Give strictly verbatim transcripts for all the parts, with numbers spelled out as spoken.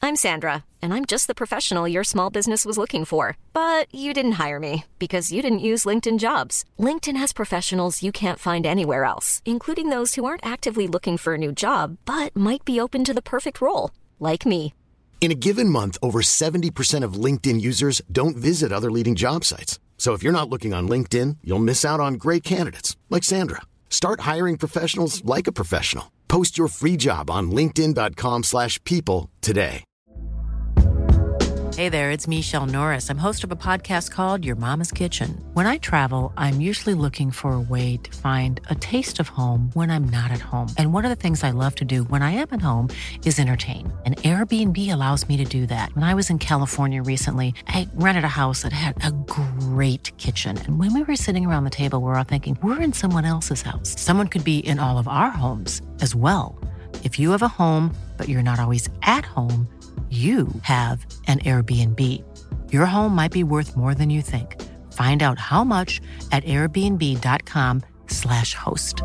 I'm Sandra, and I'm just the professional your small business was looking for. But you didn't hire me because you didn't use LinkedIn Jobs. LinkedIn has professionals you can't find anywhere else, including those who aren't actively looking for a new job, but might be open to the perfect role, like me. In a given month, over seventy percent of LinkedIn users don't visit other leading job sites. So if you're not looking on LinkedIn, you'll miss out on great candidates like Sandra. Start hiring professionals like a professional. Post your free job on linkedin.com slash people today. Hey there, it's Michelle Norris. I'm host of a podcast called Your Mama's Kitchen. When I travel, I'm usually looking for a way to find a taste of home when I'm not at home. And one of the things I love to do when I am at home is entertain. And Airbnb allows me to do that. When I was in California recently, I rented a house that had a great kitchen. And when we were sitting around the table, we were all thinking, we're in someone else's house. Someone could be in all of our homes as well. If you have a home, but you're not always at home, you have an Airbnb. Your home might be worth more than you think. Find out how much at airbnb.com slash host.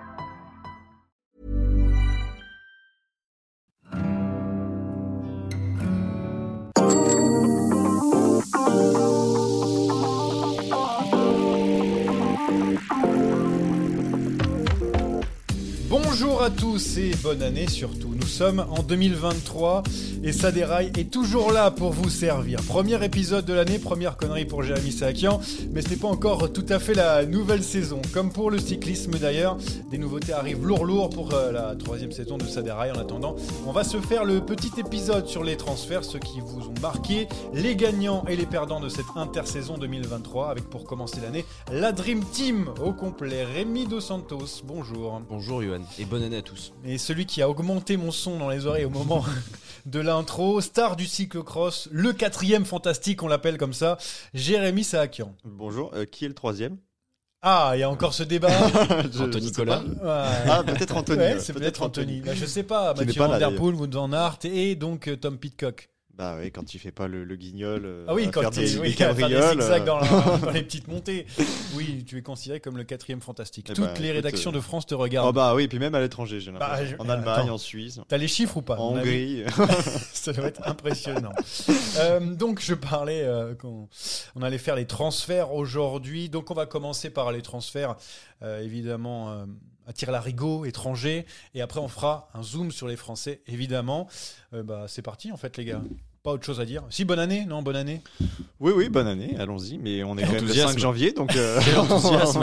Bonjour à tous et bonne année surtout. Nous sommes en deux mille vingt-trois et Ça déraille est toujours là pour vous servir. Premier épisode de l'année, première connerie pour Jérémy Saakian, mais ce n'est pas encore tout à fait la nouvelle saison. Comme pour le cyclisme d'ailleurs, des nouveautés arrivent lourd lourd pour la troisième saison de Ça déraille. En attendant, on va se faire le petit épisode sur les transferts, ceux qui vous ont marqué, les gagnants et les perdants de cette intersaison deux mille vingt-trois, avec pour commencer l'année la Dream Team au complet. Rémi Dos Santos, bonjour. Bonjour Yoann et bonne année à tous. Et celui qui a augmenté mon son dans les oreilles au moment de l'intro, star du cyclocross, le quatrième fantastique, on l'appelle comme ça, Jérémy Saakian. Bonjour, euh, qui est le troisième ? Ah, il y a encore ce débat. je, Anthony Nicolas. Ouais. Ah, peut-être Anthony. Ouais, c'est peut-être, peut-être Anthony. Anthony. Bah, je sais pas, Qui Mathieu pas là, Van Der Poel, Wout van Aert et donc euh, Tom Pidcock. Bah oui, quand il fait pas le, le guignol. Euh, ah oui, à quand faire il des, oui, des faire des cabrioles. zigzags dans, la, euh. dans les petites montées. Oui, tu es considéré comme le quatrième fantastique. Eh Toutes bah, les écoute, rédactions euh... de France te regardent. Oh bah oui, puis même à l'étranger, j'ai l'impression. Bah, je... En Allemagne, Attends. en Suisse. T'as les chiffres ou pas? En Hongrie. Ça doit être impressionnant. euh, donc je parlais euh, qu'on on allait faire les transferts aujourd'hui. Donc on va commencer par les transferts, euh, évidemment. Euh, à tire-larigot, étrangers, et après on fera un zoom sur les Français, évidemment. Euh, bah, c'est parti en fait les gars. Pas autre chose à dire. Si, bonne année, non, bonne année. Oui, oui, bonne année, allons-y. Mais on est quand même le cinq janvier, donc... Euh... Quel enthousiasme.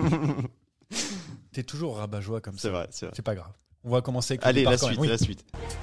T'es toujours rabat-joie comme ça. C'est vrai, c'est vrai. C'est pas grave. On va commencer avec Allez, le la départ, suite, oui. la suite.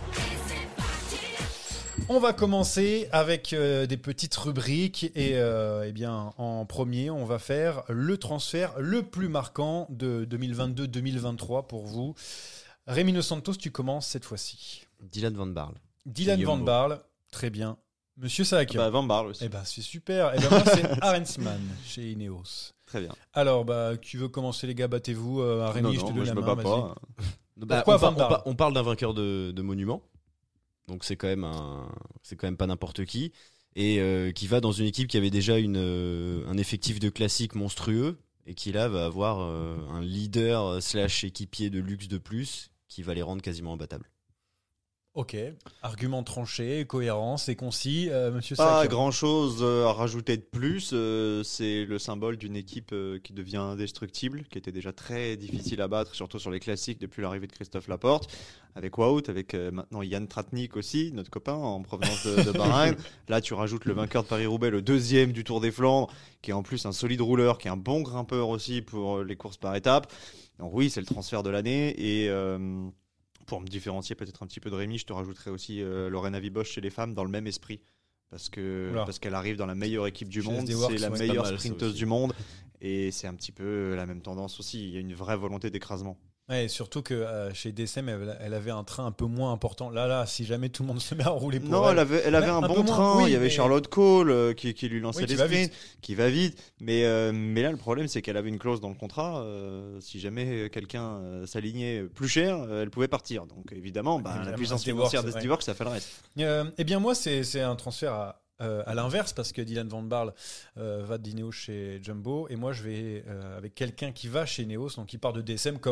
On va commencer avec euh, des petites rubriques et euh, eh bien, en premier, on va faire le transfert le plus marquant de deux mille vingt-deux deux mille vingt-trois pour vous. Rémi Dos Santos, tu commences cette fois-ci. Dylan Van Baarle. Dylan Van Baarle, très bien. Monsieur Saakian. Bah, Van Baarle aussi. Eh ben, c'est super. Eh ben, moi, c'est Arensman chez Ineos. Très bien. Alors, bah, qui veut commencer, les gars? Battez-vous. Euh, Rémi, non, je non, te moi, donne je la me main. bats pas. Bah, Pourquoi on, par, Van Baarle on, par, on parle d'un vainqueur de, de monument. Donc c'est quand même un, c'est quand même pas n'importe qui, et euh, qui va dans une équipe qui avait déjà une, euh, un effectif de classique monstrueux, et qui là va avoir euh, un leader slash équipier de luxe de plus, qui va les rendre quasiment imbattables. Ok, argument tranché, cohérence et concis, euh, monsieur Pas Saakian. grand chose à rajouter de plus. Euh, c'est le symbole d'une équipe euh, qui devient indestructible, qui était déjà très difficile à battre, surtout sur les classiques depuis l'arrivée de Christophe Laporte, avec Wout, avec euh, maintenant Yann Tratnik aussi, notre copain en provenance de, de Bahreïn. Là, tu rajoutes le vainqueur de Paris-Roubaix, le deuxième du Tour des Flandres, qui est en plus un solide rouleur, qui est un bon grimpeur aussi pour les courses par étapes. Donc oui, c'est le transfert de l'année et euh, pour me différencier peut-être un petit peu de Rémi, je te rajouterai aussi euh, Lorena Wibosch chez les femmes dans le même esprit. Parce, que, parce qu'elle arrive dans la meilleure équipe du Chez monde, Works, c'est la ouais, meilleure c'est mal, sprinteuse du monde. Et c'est un petit peu la même tendance aussi. Il y a une vraie volonté d'écrasement. Ouais, surtout que euh, chez D S M, elle, elle avait un train un peu moins important. Là, là, si jamais tout le monde se met à rouler pour non, elle. elle avait, elle avait Ouais, un, un bon peu moins, train. oui, il y avait mais... Charlotte Cole euh, qui, qui lui lançait oui, qui les va sprints, vite. qui va vite. Mais, euh, mais là, le problème, c'est qu'elle avait une clause dans le contrat. Euh, si jamais quelqu'un euh, s'alignait plus cher, euh, elle pouvait partir. Donc évidemment, bah, Évidemment, la puissance Steve financière Works, de Steve Works, ça fait le reste. Euh, eh bien, moi, c'est, c'est un transfert à. Euh, à l'inverse, parce que Dylan Van Baarle euh, va d'Ineos chez Jumbo, et moi je vais euh, avec quelqu'un qui va chez Ineos, donc qui part de D S M comme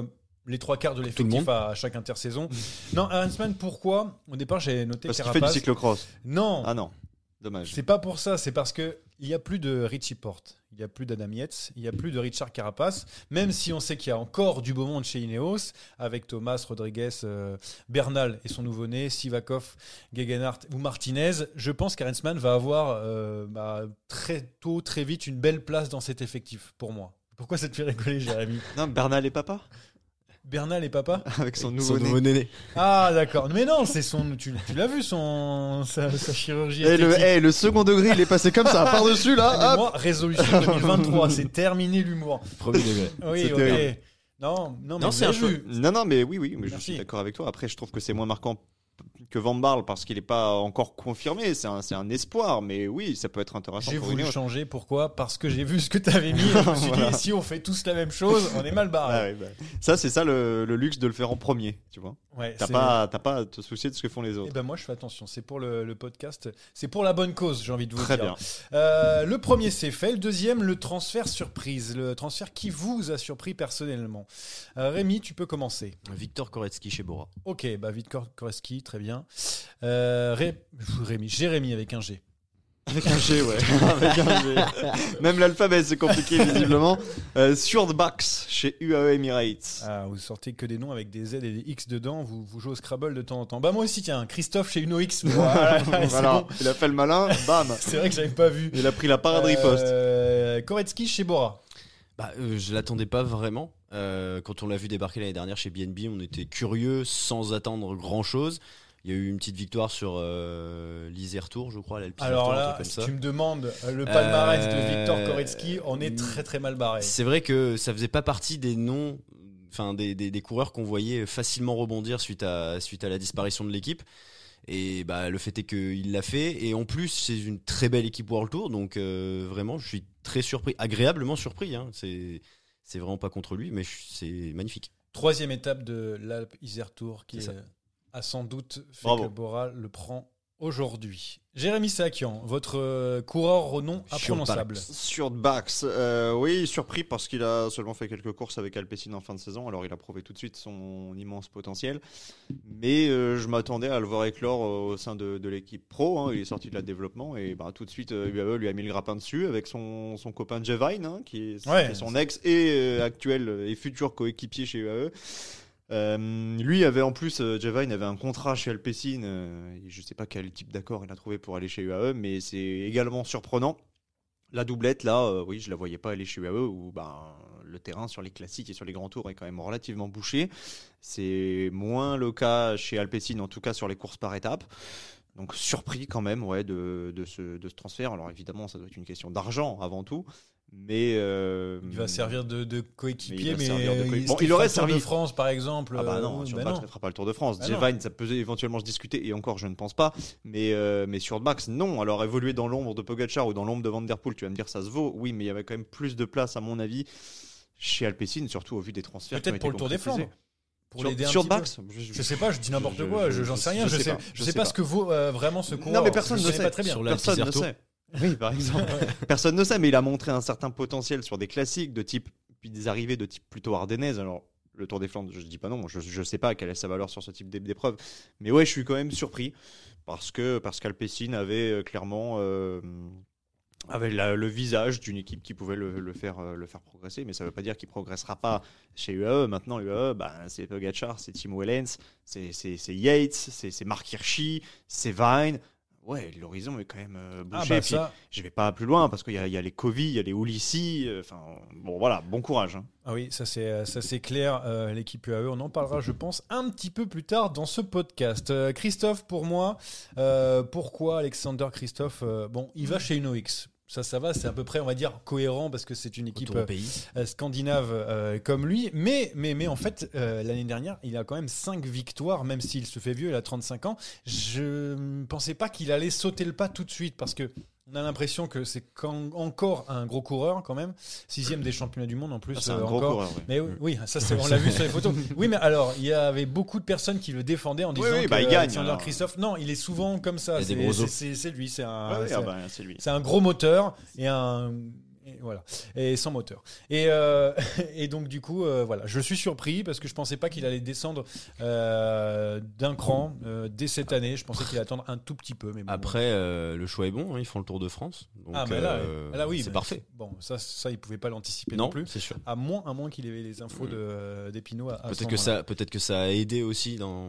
les trois quarts de Tout le l'effectif monde. à, à chaque intersaison. Non, Arensman, pourquoi? Au départ, j'ai noté Parce qu'il Carapace. fait du cyclocross. Non, Ah non, dommage. c'est pas pour ça. C'est parce que il y a plus de Richie Porte, il y a plus d'Adam Yates, il y a plus de Richard Carapace. Même si on sait qu'il y a encore du beau monde chez Ineos, avec Thomas, Rodriguez, euh, Bernal et son nouveau-né, Sivakov, Gegenhardt ou Martinez, je pense qu'Arensman va avoir euh, bah, très tôt, très vite, une belle place dans cet effectif pour moi. Pourquoi ça te fait rigoler, Jérémy? Non, Bernal et papa Bernal et papa? avec son Son nouveau-né. nouveau néné. Ah d'accord, mais non, c'est son. Tu, tu l'as vu son sa, sa chirurgie Et le, esthétique. eh, le second degré, il est passé comme ça, par-dessus là. Ah, mais hop. moi, résolution deux mille vingt-trois, c'est terminé l'humour. Premier degré. Oui, C'est ok. terrible. Non, non, mais Non, vous c'est un avez choix. vu. Non, non, mais oui, oui, mais je Merci. suis d'accord avec toi. Après, je trouve que c'est moins marquant que Van Barle parce qu'il n'est pas encore confirmé. C'est un, c'est un espoir, mais oui, ça peut être intéressant J'ai pour voulu Ineos. changer, pourquoi? Parce que j'ai vu ce que tu avais mis. Et je me suis Voilà. dit, si on fait tous la même chose, on est mal barré. Ah ouais, bah, ça, c'est ça le, le luxe de le faire en premier, tu vois. Ouais, T'as c'est- pas, t'as pas à te soucier de ce que font les Eh autres. ben moi je fais attention, c'est pour le, le podcast, c'est pour la bonne cause, j'ai envie de vous Très dire. bien. Euh, le premier c'est fait, le deuxième le transfert surprise, le transfert qui vous a surpris personnellement. Euh, Rémi, tu peux commencer. Victor Koretsky chez Bora. Ok, bah Victor Koreski, très bien. Euh, Ré- Rémi, Jérémy avec un G. Avec un G, ouais. Avec un G. Même l'alphabet, c'est compliqué, visiblement. Euh, Sjordbaks, chez U A E Emirates. Ah, vous sortez que des noms avec des Z et des X dedans, vous, vous jouez au Scrabble de temps en temps. Bah moi aussi tiens, Christophe chez Uno X. Voilà, c'est Voilà. bon. Il a fait le malin, bam. C'est vrai que j'avais pas vu. Il a pris la parade riposte. Euh, Koretsky chez Bora. Bah, euh, je l'attendais pas vraiment. Euh, quand on l'a vu débarquer l'année dernière chez B N B, on était curieux sans attendre grand chose. Il y a eu une petite victoire sur euh, l'Isère Tour, je crois, l'Alpine Alors Tour, un là, truc comme si ça. tu me demandes le palmarès de Euh, Victor Koretsky, on est très très mal barré. C'est vrai que ça faisait pas partie des noms, enfin des, des, des coureurs qu'on voyait facilement rebondir suite à, suite à la disparition de l'équipe. Et bah, le fait est qu'il l'a fait. Et en plus, c'est une très belle équipe World Tour. Donc euh, vraiment, je suis très surpris, agréablement surpris. Hein. C'est, c'est vraiment pas contre lui, mais je- c'est magnifique. Troisième étape de l'Alpe Isère Tour qui C'est ça. euh, a sans doute fait Bravo. que Bora le prend aujourd'hui. Jérémy Sakian, votre euh, coureur au nom imprononçable. Sjordbaks, euh, oui, surpris parce qu'il a seulement fait quelques courses avec Alpecin en fin de saison. Alors, il a prouvé tout de suite son immense potentiel. Mais euh, je m'attendais à le voir éclore au sein de, de l'équipe pro. Hein. Il est sorti de la développement et bah, tout de suite, euh, U A E lui a mis le grappin dessus avec son, son copain Jevine, hein, qui est, Ouais. qui est son ex et euh, actuel et futur coéquipier chez U A E. Euh, lui avait en plus, euh, Jevine avait un contrat chez Alpecin. Euh, je ne sais pas quel type d'accord il a trouvé pour aller chez U A E, mais c'est également surprenant. La doublette, là, euh, oui, je la voyais pas aller chez U A E où ben, le terrain sur les classiques et sur les grands tours est quand même relativement bouché. C'est moins le cas chez Alpecin, en tout cas sur les courses par étapes. Donc surpris quand même ouais, de, de, ce, de ce transfert. Alors évidemment, ça doit être une question d'argent avant tout. Mais euh, Il va servir de, de Mais coéquipier, il va mais, servir de coé- il, Bon, ce qu'il il aurait fait au Tour servi. de France, par exemple. Ah bah euh, non, oui, sur bah Max non. ne fera pas le Tour de France. Ah non. Jevine, ça peut éventuellement se discuter, et encore, je ne pense pas. Mais, euh, mais sur Max, non. Alors, évoluer dans l'ombre de Pogacar ou dans l'ombre de Van Der Poel, tu vas me dire, ça se vaut. Oui, mais il y avait quand même plus de place, à mon avis, chez Alpecin, surtout au vu des transferts. qui ont Peut-être été pour le Tour des concrétisés. Flandres. Pour Sur, l'aider un sur petit peu. Max Je sais pas, je dis n'importe je- quoi, je- je- j'en je- sais rien, je je, sais sais, pas, je je sais sais pas pas. ce que vaut euh, vraiment ce coureur. Non, mais personne je ne connais sait. pas très bien. Sur la- Personne Isère ne Tour. sait. Oui, par exemple. Personne ne sait, mais il a montré un certain potentiel sur des classiques de type, puis des arrivées de type plutôt ardennaises. Alors, le Tour des Flandres, je ne dis pas non, je ne sais pas quelle est sa valeur sur ce type d'é- d'épreuve. Mais ouais, je suis quand même surpris parce que parce qu'Alpecin avait euh, clairement euh, avait la- le visage d'une équipe qui pouvait le, le faire, euh, le faire progresser. Mais ça ne veut pas dire qu'il ne progressera pas chez U A E. Maintenant, U A E, bah, c'est Pogacar, c'est Timo Wellens, c'est c'est- c'est Yates, c'est c'est Mark Hirschi, c'est Vine. Ouais, l'horizon est quand même euh, bouché. Ah bah Et puis, ça, je vais pas plus loin parce qu'il y, a- il y a les Covey, il y a les Ulissi. euh, Enfin, bon, voilà, bon courage. hein. ah oui, ça c'est euh, ça c'est clair. euh, L'équipe U A E, on en parlera, je pense, un petit peu plus tard dans ce podcast. Euh, Christophe, pour moi, euh, pourquoi Alexander Christophe euh, Bon, il va chez Uno X. Ça, ça va, c'est à peu près, on va dire, cohérent parce que c'est une équipe Retour au euh, pays. euh, scandinave euh, comme lui. Mais, mais, mais en fait, euh, l'année dernière, il a quand même cinq victoires, même s'il se fait vieux, il a trente-cinq ans. Je ne pensais pas qu'il allait sauter le pas tout de suite parce que on a l'impression que c'est quand- encore un gros coureur quand même. Sixième des championnats du monde en plus. Ah, c'est un euh, gros encore. coureur. ouais. Mais oui, oui, ça c'est, on l'a vu sur les photos. Oui, mais alors, il y avait beaucoup de personnes qui le défendaient en disant oui, que bah, il gagne, Alexander alors. Christophe, non, il est souvent comme ça. Il y a des C'est, gros c'est, os. c'est- c'est lui, c'est un, Ouais, ouais, c'est, ah bah, c'est lui. c'est un gros moteur et un, Et voilà, et sans moteur. Et, euh, et donc du coup, euh, voilà, je suis surpris parce que je pensais pas qu'il allait descendre euh, d'un cran euh, dès cette année. Je pensais qu'il allait attendre un tout petit peu. Mais bon, Après, euh, le choix est bon, hein, ils font le Tour de France. Donc, ah, mais là, euh, là oui, c'est mais parfait. Bon, ça, ça, il pouvait pas l'anticiper non, Non, plus. c'est sûr. À moins, à moins qu'il ait les infos de d'Épinot. À, à Peut-être ce que moment-là. ça, peut-être que ça a aidé aussi dans.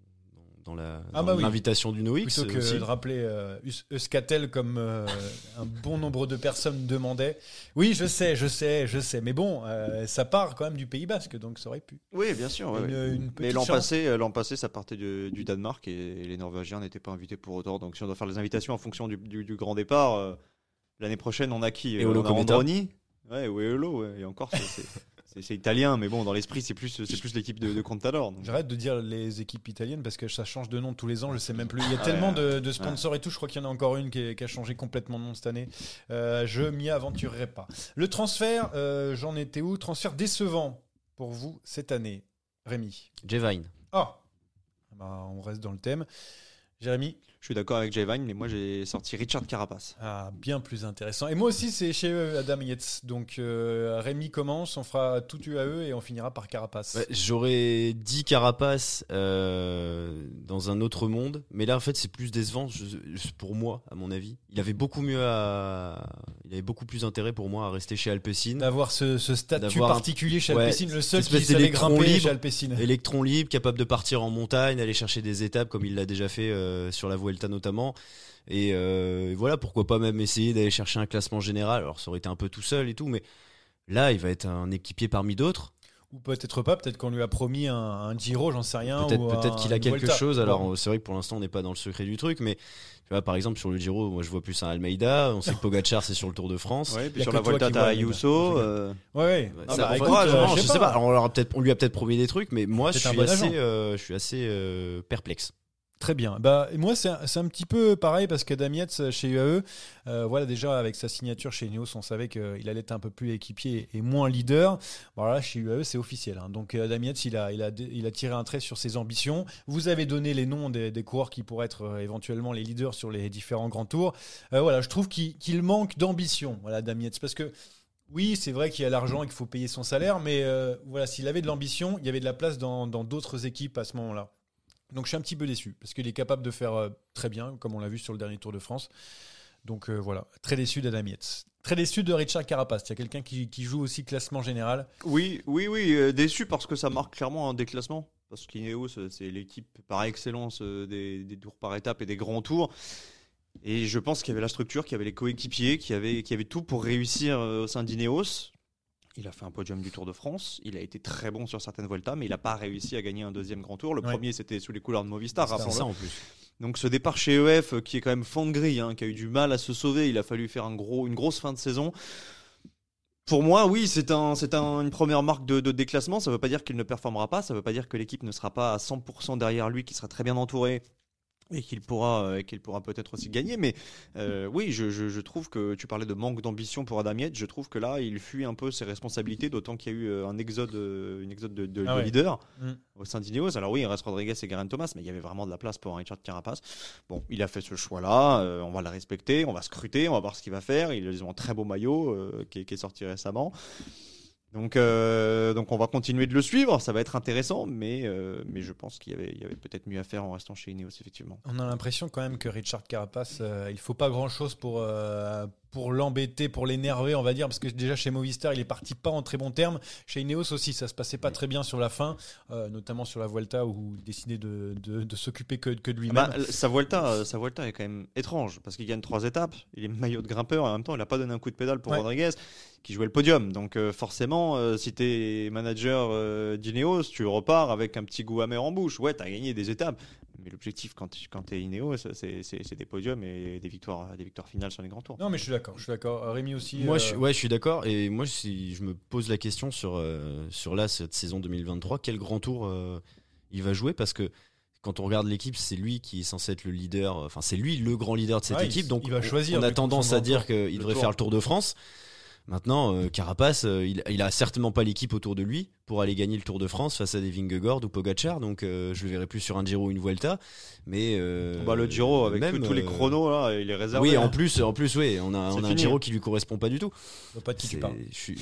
dans la, Ah dans bah oui. l'invitation du NoX Plutôt que aussi. de rappeler euh, Eus- Euskaltel comme euh, un bon nombre de personnes demandaient. Oui, je sais, je sais, je sais. Mais bon, euh, ça part quand même du Pays Basque, donc ça aurait pu. Oui, bien sûr. ouais, Une- ouais. une Mais petite l'an chance. passé, euh, l'an passé, ça partait du, du Danemark et, et les Norvégiens n'étaient pas invités pour autant. Donc si on doit faire les invitations en fonction du, du- du grand départ, euh, l'année prochaine, on a qui Et Euh, Olo On a Cometa. Androni. Ouais, ou Olo, ouais. Et encore, c'est, c'est, c'est- c'est italien, mais bon, dans l'esprit, c'est plus, c'est plus l'équipe de, de Contador. donc. J'arrête de dire les équipes italiennes parce que ça change de nom tous les ans, je sais même plus. Il y a Ah tellement ouais, de, de sponsors et tout, je crois qu'il y en a encore une qui, est- qui a changé complètement de nom cette année. Euh, je m'y aventurerai pas. Le transfert, euh, j'en étais où? Transfert décevant pour vous cette année, Rémi. Jevine. Ah, bah, on reste dans le thème. Jérémy. Je suis d'accord avec Jevine, mais moi, j'ai sorti Richard Carapace. Ah, bien plus intéressant. Et moi aussi, c'est chez eux, Adam Yates. Donc, euh, Rémi commence, on fera tout U A E et on finira par Carapace. Ouais, j'aurais dit Carapace euh, dans un autre monde, mais là en fait c'est plus décevant je- je- pour moi à mon avis. Il avait beaucoup mieux à, il avait beaucoup plus intérêt pour moi à rester chez Alpecin. D'avoir ce, ce statut D'avoir un- particulier chez ouais, Alpecin, le seul cette qui espèce savait d'électron grimper libre. chez Alpecin. Électron libre, capable de partir en montagne, aller chercher des étapes comme il l'a déjà fait euh, sur la Vuelta notamment. Et euh, voilà, pourquoi pas même essayer d'aller chercher un classement général. Alors ça aurait été un peu tout seul et tout, mais là il va être un équipier parmi d'autres. Ou peut-être pas, peut-être qu'on lui a promis un, un Giro, j'en sais rien. Peut-être ou peut-être un- qu'il a une quelque Vuelta. chose. Alors Bon. c'est vrai que pour l'instant on n'est pas dans le secret du truc, mais tu vois par exemple sur le Giro, moi je vois plus un Almeida. On sait que Pogacar c'est sur le Tour de France. Ouais, Y puis a sur que la toi Volta, qui t'as vois, Ayuso. je euh, Ouais, ouais. Ouais, Ah ça, bah, en écoute, fait, euh, non, je sais pas. Alors, on, leur a peut-être, on lui a peut-être promis des trucs, mais moi je Peut-être un suis, bon assez, agent. euh, je suis assez euh, perplexe. Très bien. Bah, et moi, c'est un, c'est un petit peu pareil parce qu'Adam Yates, chez U A E, euh, voilà, déjà avec sa signature chez Ineos, on savait qu'il allait être un peu plus équipier et moins leader. Bon, là, chez U A E, c'est officiel. Hein. Donc, Adam Yates, il a, il, a, il a tiré un trait sur ses ambitions. Vous avez donné les noms des, des coureurs qui pourraient être euh, éventuellement les leaders sur les différents grands tours. Euh, voilà, je trouve qu'il, qu'il manque d'ambition, voilà, Adam Yates, parce que oui, c'est vrai qu'il y a l'argent et qu'il faut payer son salaire, mais euh, voilà, s'il avait de l'ambition, il y avait de la place dans, dans d'autres équipes à ce moment-là. Donc je suis un petit peu déçu, parce qu'il est capable de faire euh, très bien, comme on l'a vu sur le dernier Tour de France. Donc euh, voilà, très déçu d'Adam Yates. Très déçu de Richard Carapace. Il y a quelqu'un qui, qui joue aussi classement général. Oui, oui, oui, euh, déçu parce que ça marque clairement un déclassement. Parce qu'Ineos, euh, c'est l'équipe par excellence euh, des, des tours par étapes et des grands tours. Et je pense qu'il y avait la structure, qu'il y avait les coéquipiers, qu'il y avait, qu'il y avait tout pour réussir euh, au sein d'Ineos. Il a fait un podium du Tour de France. Il a été très bon sur certaines Vueltas, mais il n'a pas réussi à gagner un deuxième grand tour. Le Ouais. premier, c'était sous les couleurs de Movistar, C'est C'est rappelons-le. ça en plus. Donc ce départ chez E F, euh, qui est quand même fan de grille, hein, qui a eu du mal à se sauver, il a fallu faire un gros, une grosse fin de saison. Pour moi, oui, c'est un, c'est un, une première marque de, de déclassement. Ça ne veut pas dire qu'il ne performera pas, ça ne veut pas dire que l'équipe ne sera pas à cent pour cent derrière lui, qu'il sera très bien entouré et qu'il pourra, euh, qu'il pourra peut-être aussi gagner. Mais euh, oui, je, je, je trouve que tu parlais de manque d'ambition pour Adam Yates. Je trouve que là, il fuit un peu ses responsabilités, d'autant qu'il y a eu euh, un exode, euh, une exode de, de, Ah de ouais. leader Mm. au sein d'Ineos. Alors oui, il reste Rodriguez et Geraint Thomas, mais il y avait vraiment de la place pour un Richard Carapace. Bon, il a fait ce choix-là, euh, on va le respecter, on va scruter, on va voir ce qu'il va faire. Ils ont un très beau maillot euh, qui, est, qui est sorti récemment. Donc, euh, donc on va continuer de le suivre, ça va être intéressant, mais, euh, mais je pense qu'il y avait, il y avait peut-être mieux à faire en restant chez Ineos, effectivement. On a l'impression quand même que Richard Carapace, euh, il faut pas grand-chose pour, euh, pour l'embêter, pour l'énerver, on va dire, parce que déjà chez Movistar, il est parti pas en très bons termes. Chez Ineos aussi, ça se passait pas très bien sur la fin, euh, notamment sur la Vuelta où il décidait de, de, de s'occuper que, que de lui-même. Bah, sa Vuelta, euh, sa Vuelta est quand même étrange parce qu'il gagne trois étapes, il est maillot de grimpeur et en même temps il a pas donné un coup de pédale pour Ouais. Rodriguez qui jouait le podium. Donc euh, forcément, euh, si t'es manager euh, d'Ineos, tu repars avec un petit goût amer en bouche. Ouais, t'as gagné des étapes, mais l'objectif quand tu quand t'es Ineos, c'est, c'est, c'est des podiums et des victoires, des victoires finales sur les grands tours. Non, mais je suis d'accord, je suis d'accord. Euh, Rémi aussi. Moi, euh, je, suis- ouais, je suis d'accord. Et moi, si je me pose la question sur, euh, sur là, cette saison deux mille vingt-trois, quel grand tour euh, il va jouer? Parce que quand on regarde l'équipe, c'est lui qui est censé être le leader. Enfin, c'est lui le grand leader de cette Ouais, équipe. il- Donc, il va on- choisir, on a du coup, tendance son à grand dire tour. qu'il Le devrait tour. faire le Tour de France. Maintenant, euh, Carapace, euh, il, il a certainement pas l'équipe autour de lui pour aller gagner le Tour de France face à des Vingegaard ou Pogacar, donc euh, je le verrai plus sur un Giro ou une Vuelta. Mais euh, bah, le Giro avec même, tous, tous les euh, chronos là, il est réservé. Oui, en hein. plus, en plus, oui, on a, on a un fini. Giro qui lui correspond pas du tout. Je vois pas de qui tu C'est- parles. je suis.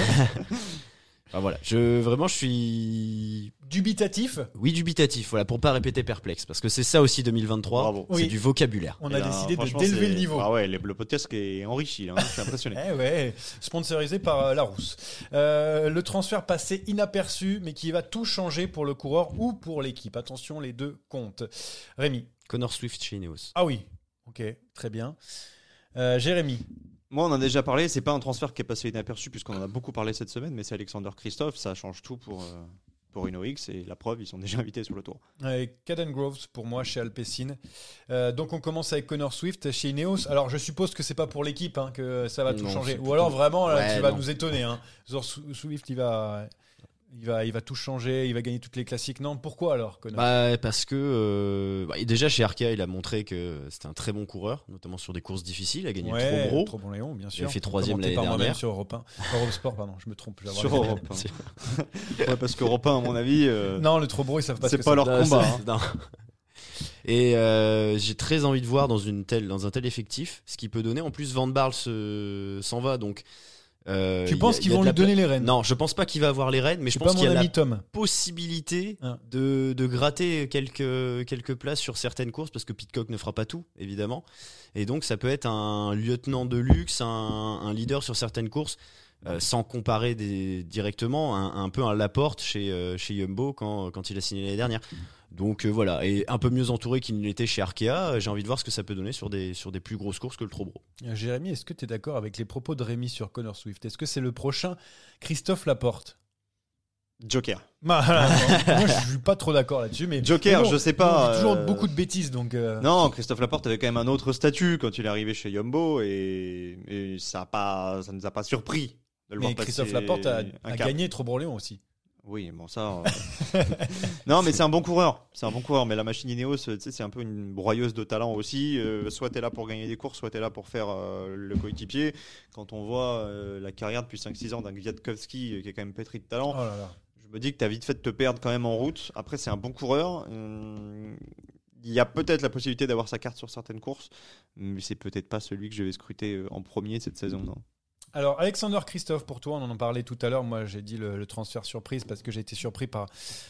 Enfin, voilà, je vraiment je suis Dubitatif. oui dubitatif, voilà, pour pas répéter perplexe, parce que c'est ça aussi deux mille vingt-trois, Bravo. c'est Oui. du vocabulaire. On Et a là, décidé de franchement, d'élever c'est- le niveau. Ah ouais, le, le podcast est enrichi là, hein, je suis impressionné. Eh ouais, sponsorisé par euh, Larousse. Euh, le transfert passé inaperçu, mais qui va tout changer pour le coureur ou pour l'équipe. Attention, les deux comptent. Rémi. Connor Swift chez Ineos. Ah oui, ok, très bien. Euh, Jérémy. Moi, on en a déjà parlé, c'est pas un transfert qui est passé inaperçu puisqu'on en a beaucoup parlé cette semaine, mais c'est Alexander Kristoff, ça change tout pour, euh, pour UnoX et la preuve, ils sont déjà invités sur le tour. Euh, Caden Groves pour moi chez Alpecin. Euh, donc on commence avec Connor Swift chez Ineos. Alors je suppose que c'est pas pour l'équipe hein, que ça va tout Non, changer. c'est Ou alors plutôt- vraiment là, Ouais, tu vas non. nous étonner. Hein. Genre, Swift il va, il va, il va tout changer, il va gagner toutes les classiques. Non, pourquoi alors Connor? Bah, parce que euh, bah, déjà chez Arkea, il a montré que c'était un très bon coureur, notamment sur des courses difficiles. Il a gagné Ouais, le Trop trop bon Léon, bien Il sûr. a fait troisième Commenté l'année par moi-même dernière. sur Europe un. Europe Sport, pardon, je me trompe. je vais avoir Sur les- Europe un. Ouais, parce qu'Europe un, à mon avis, euh, Non, le trop beau, ils savent pas ce c'est que pas c'est. leur Non, combat. c'est- hein. non. Et euh, j'ai très envie de voir dans, une telle, dans un tel effectif ce qu'il peut donner. En plus, Van Barle se- s'en va, donc. euh, Tu il y penses a- qu'ils il y a vont de lui la pla- donner les rênes? Non, je pense pas qu'il va avoir les rênes, mais je C'est pense pas qu'il mon y a ami la Tom. possibilité Hein. de, de gratter quelques, quelques places sur certaines courses, parce que Pidcock ne fera pas tout, évidemment. Et donc, ça peut être un lieutenant de luxe, un, un leader sur certaines courses. Euh, sans comparer des- directement, un, un peu un Laporte chez, euh, chez Jumbo quand, quand il a signé l'année dernière. Donc euh, voilà, et un peu mieux entouré qu'il ne l'était chez Arkea, euh, j'ai envie de voir ce que ça peut donner sur des, sur des plus grosses courses que le Trobro. Euh, Jérémy, est-ce que tu es d'accord avec les propos de Rémi sur Connor Swift? Est-ce que c'est le prochain Christophe Laporte? Joker. Bah, voilà, non, moi, je suis pas trop d'accord là-dessus, mais Joker, mais bon, je sais pas, On dit toujours euh, beaucoup de bêtises, donc. euh, Non, Christophe Laporte avait quand même un autre statut quand il est arrivé chez Jumbo et, et ça a pas, ça nous a pas surpris de le mais voir passer Christophe Laporte a, un a cap. gagné Trop-Léon aussi. Oui, bon ça. euh, non, mais c'est un bon coureur. C'est un bon coureur. Mais la machine Ineos, tu sais, c'est un peu une broyeuse de talent aussi. Euh, soit t'es là pour gagner des courses, soit t'es là pour faire euh, le coéquipier. Quand on voit euh, la carrière depuis cinq six ans d'un Kwiatkowski euh, qui est quand même pétri de talent, Oh là là. je me dis que t'as vite fait de te perdre quand même en route. Après, c'est un bon coureur. Hum, Il y a peut-être la possibilité d'avoir sa carte sur certaines courses, mais c'est peut-être pas celui que je vais scruter euh, en premier cette saison. Non. Alors, Alexander Christophe, pour toi, on en parlait tout à l'heure. Moi, j'ai dit le, le transfert surprise parce que j'ai été surpris par,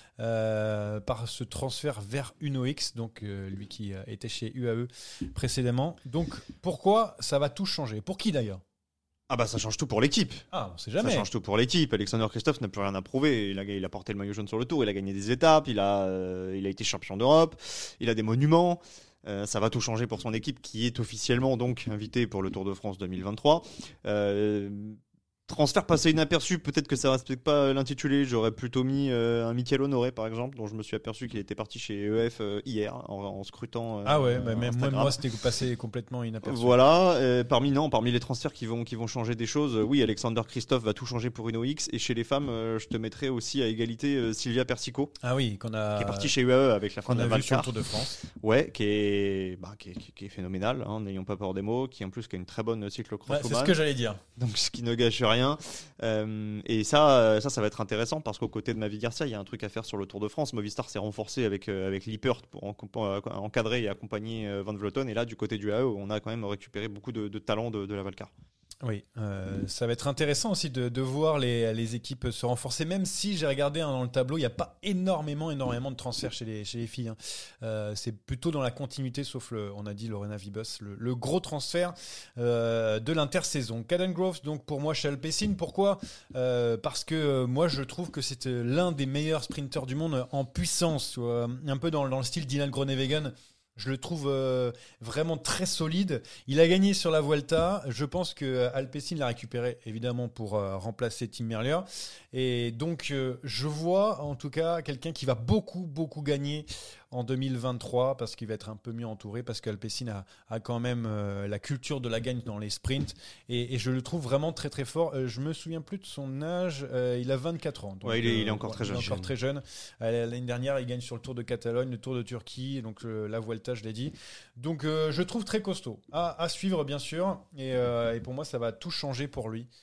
euh, par ce transfert vers UnoX, donc euh, lui qui euh, était chez U A E précédemment. Donc, pourquoi ça va tout changer? Pour qui d'ailleurs? Ah bah ça change tout pour l'équipe. Ah, on sait jamais. Ça change tout pour l'équipe. Alexander Christophe n'a plus rien à prouver. Il a, il a porté le maillot jaune sur le tour, il a gagné des étapes, il a, euh, il a été champion d'Europe, il a des monuments. Euh, ça va tout changer pour son équipe qui est officiellement donc invitée pour le Tour de France deux mille vingt-trois. Euh, transfert passé inaperçu, peut-être que ça respecte pas l'intitulé. J'aurais plutôt mis euh, un Mickaël Honoré par exemple, dont je me suis aperçu qu'il était parti chez E F euh, hier en, en scrutant. Euh, Ah ouais, bah, même moi, Instagram. moi, c'était passé complètement inaperçu. Voilà, euh, parmi non, parmi les transferts qui vont qui vont changer des choses, euh, oui, Alexander Christophe va tout changer pour UnoX et chez les femmes, euh, je te mettrai aussi à égalité euh, Sylvia Persico, Ah oui, qu'on a, qui est partie chez U A E avec la fin qu'on de a la vu sur le Valcar. Tour de France. Ouais, qui est bah, qui est, qui- qui est phénoménal, hein, n'ayons pas peur des mots, qui en plus qui a une très bonne Ouais, cyclocross c'est ce que j'allais dire. donc ce qui ne gâche rien. Euh, et ça, euh, ça, ça va être intéressant parce qu'aux côtés de Mavi Garcia, il y a un truc à faire sur le Tour de France. Movistar s'est renforcé avec euh, avec Lippert pour en- pour, euh, encadrer et accompagner euh, Van Vleuten. Et là, du côté du A E, on a quand même récupéré beaucoup de, de talents de, de la Valcar. Oui, euh, ça va être intéressant aussi de, de voir les, les équipes se renforcer, même si j'ai regardé hein, dans le tableau, il n'y a pas énormément, énormément de transferts chez les, chez les filles. Hein. Euh, c'est plutôt dans la continuité, sauf, le, on a dit Lorena Vibos, le, le gros transfert euh, de l'intersaison. Caden Groves, donc pour moi, chez Alpecin. Pourquoi euh, Parce que euh, moi, je trouve que c'est euh, l'un des meilleurs sprinteurs du monde en puissance, tu vois, un peu dans, dans le style Dylan Groenewegen. Je le trouve euh, vraiment très solide. Il a gagné sur la Vuelta. Je pense que Alpecin l'a récupéré évidemment pour euh, remplacer Tim Merlier. Et donc euh, je vois en tout cas quelqu'un qui va beaucoup beaucoup gagner en deux mille vingt-trois parce qu'il va être un peu mieux entouré parce qu'Alpecin a, a quand même euh, la culture de la gagne dans les sprints et, et je le trouve vraiment très très fort. Euh, je me souviens plus de son âge. Euh, il a vingt-quatre ans. Donc, Ouais, il est- euh, il est encore très il est jeune. encore très jeune. Euh, L'année dernière, il gagne sur le Tour de Catalogne, le Tour de Turquie, donc euh, la Vuelta, je l'ai dit. Donc euh, je trouve très costaud. À, à suivre, bien sûr. Et, euh, et pour moi, ça va tout changer pour lui.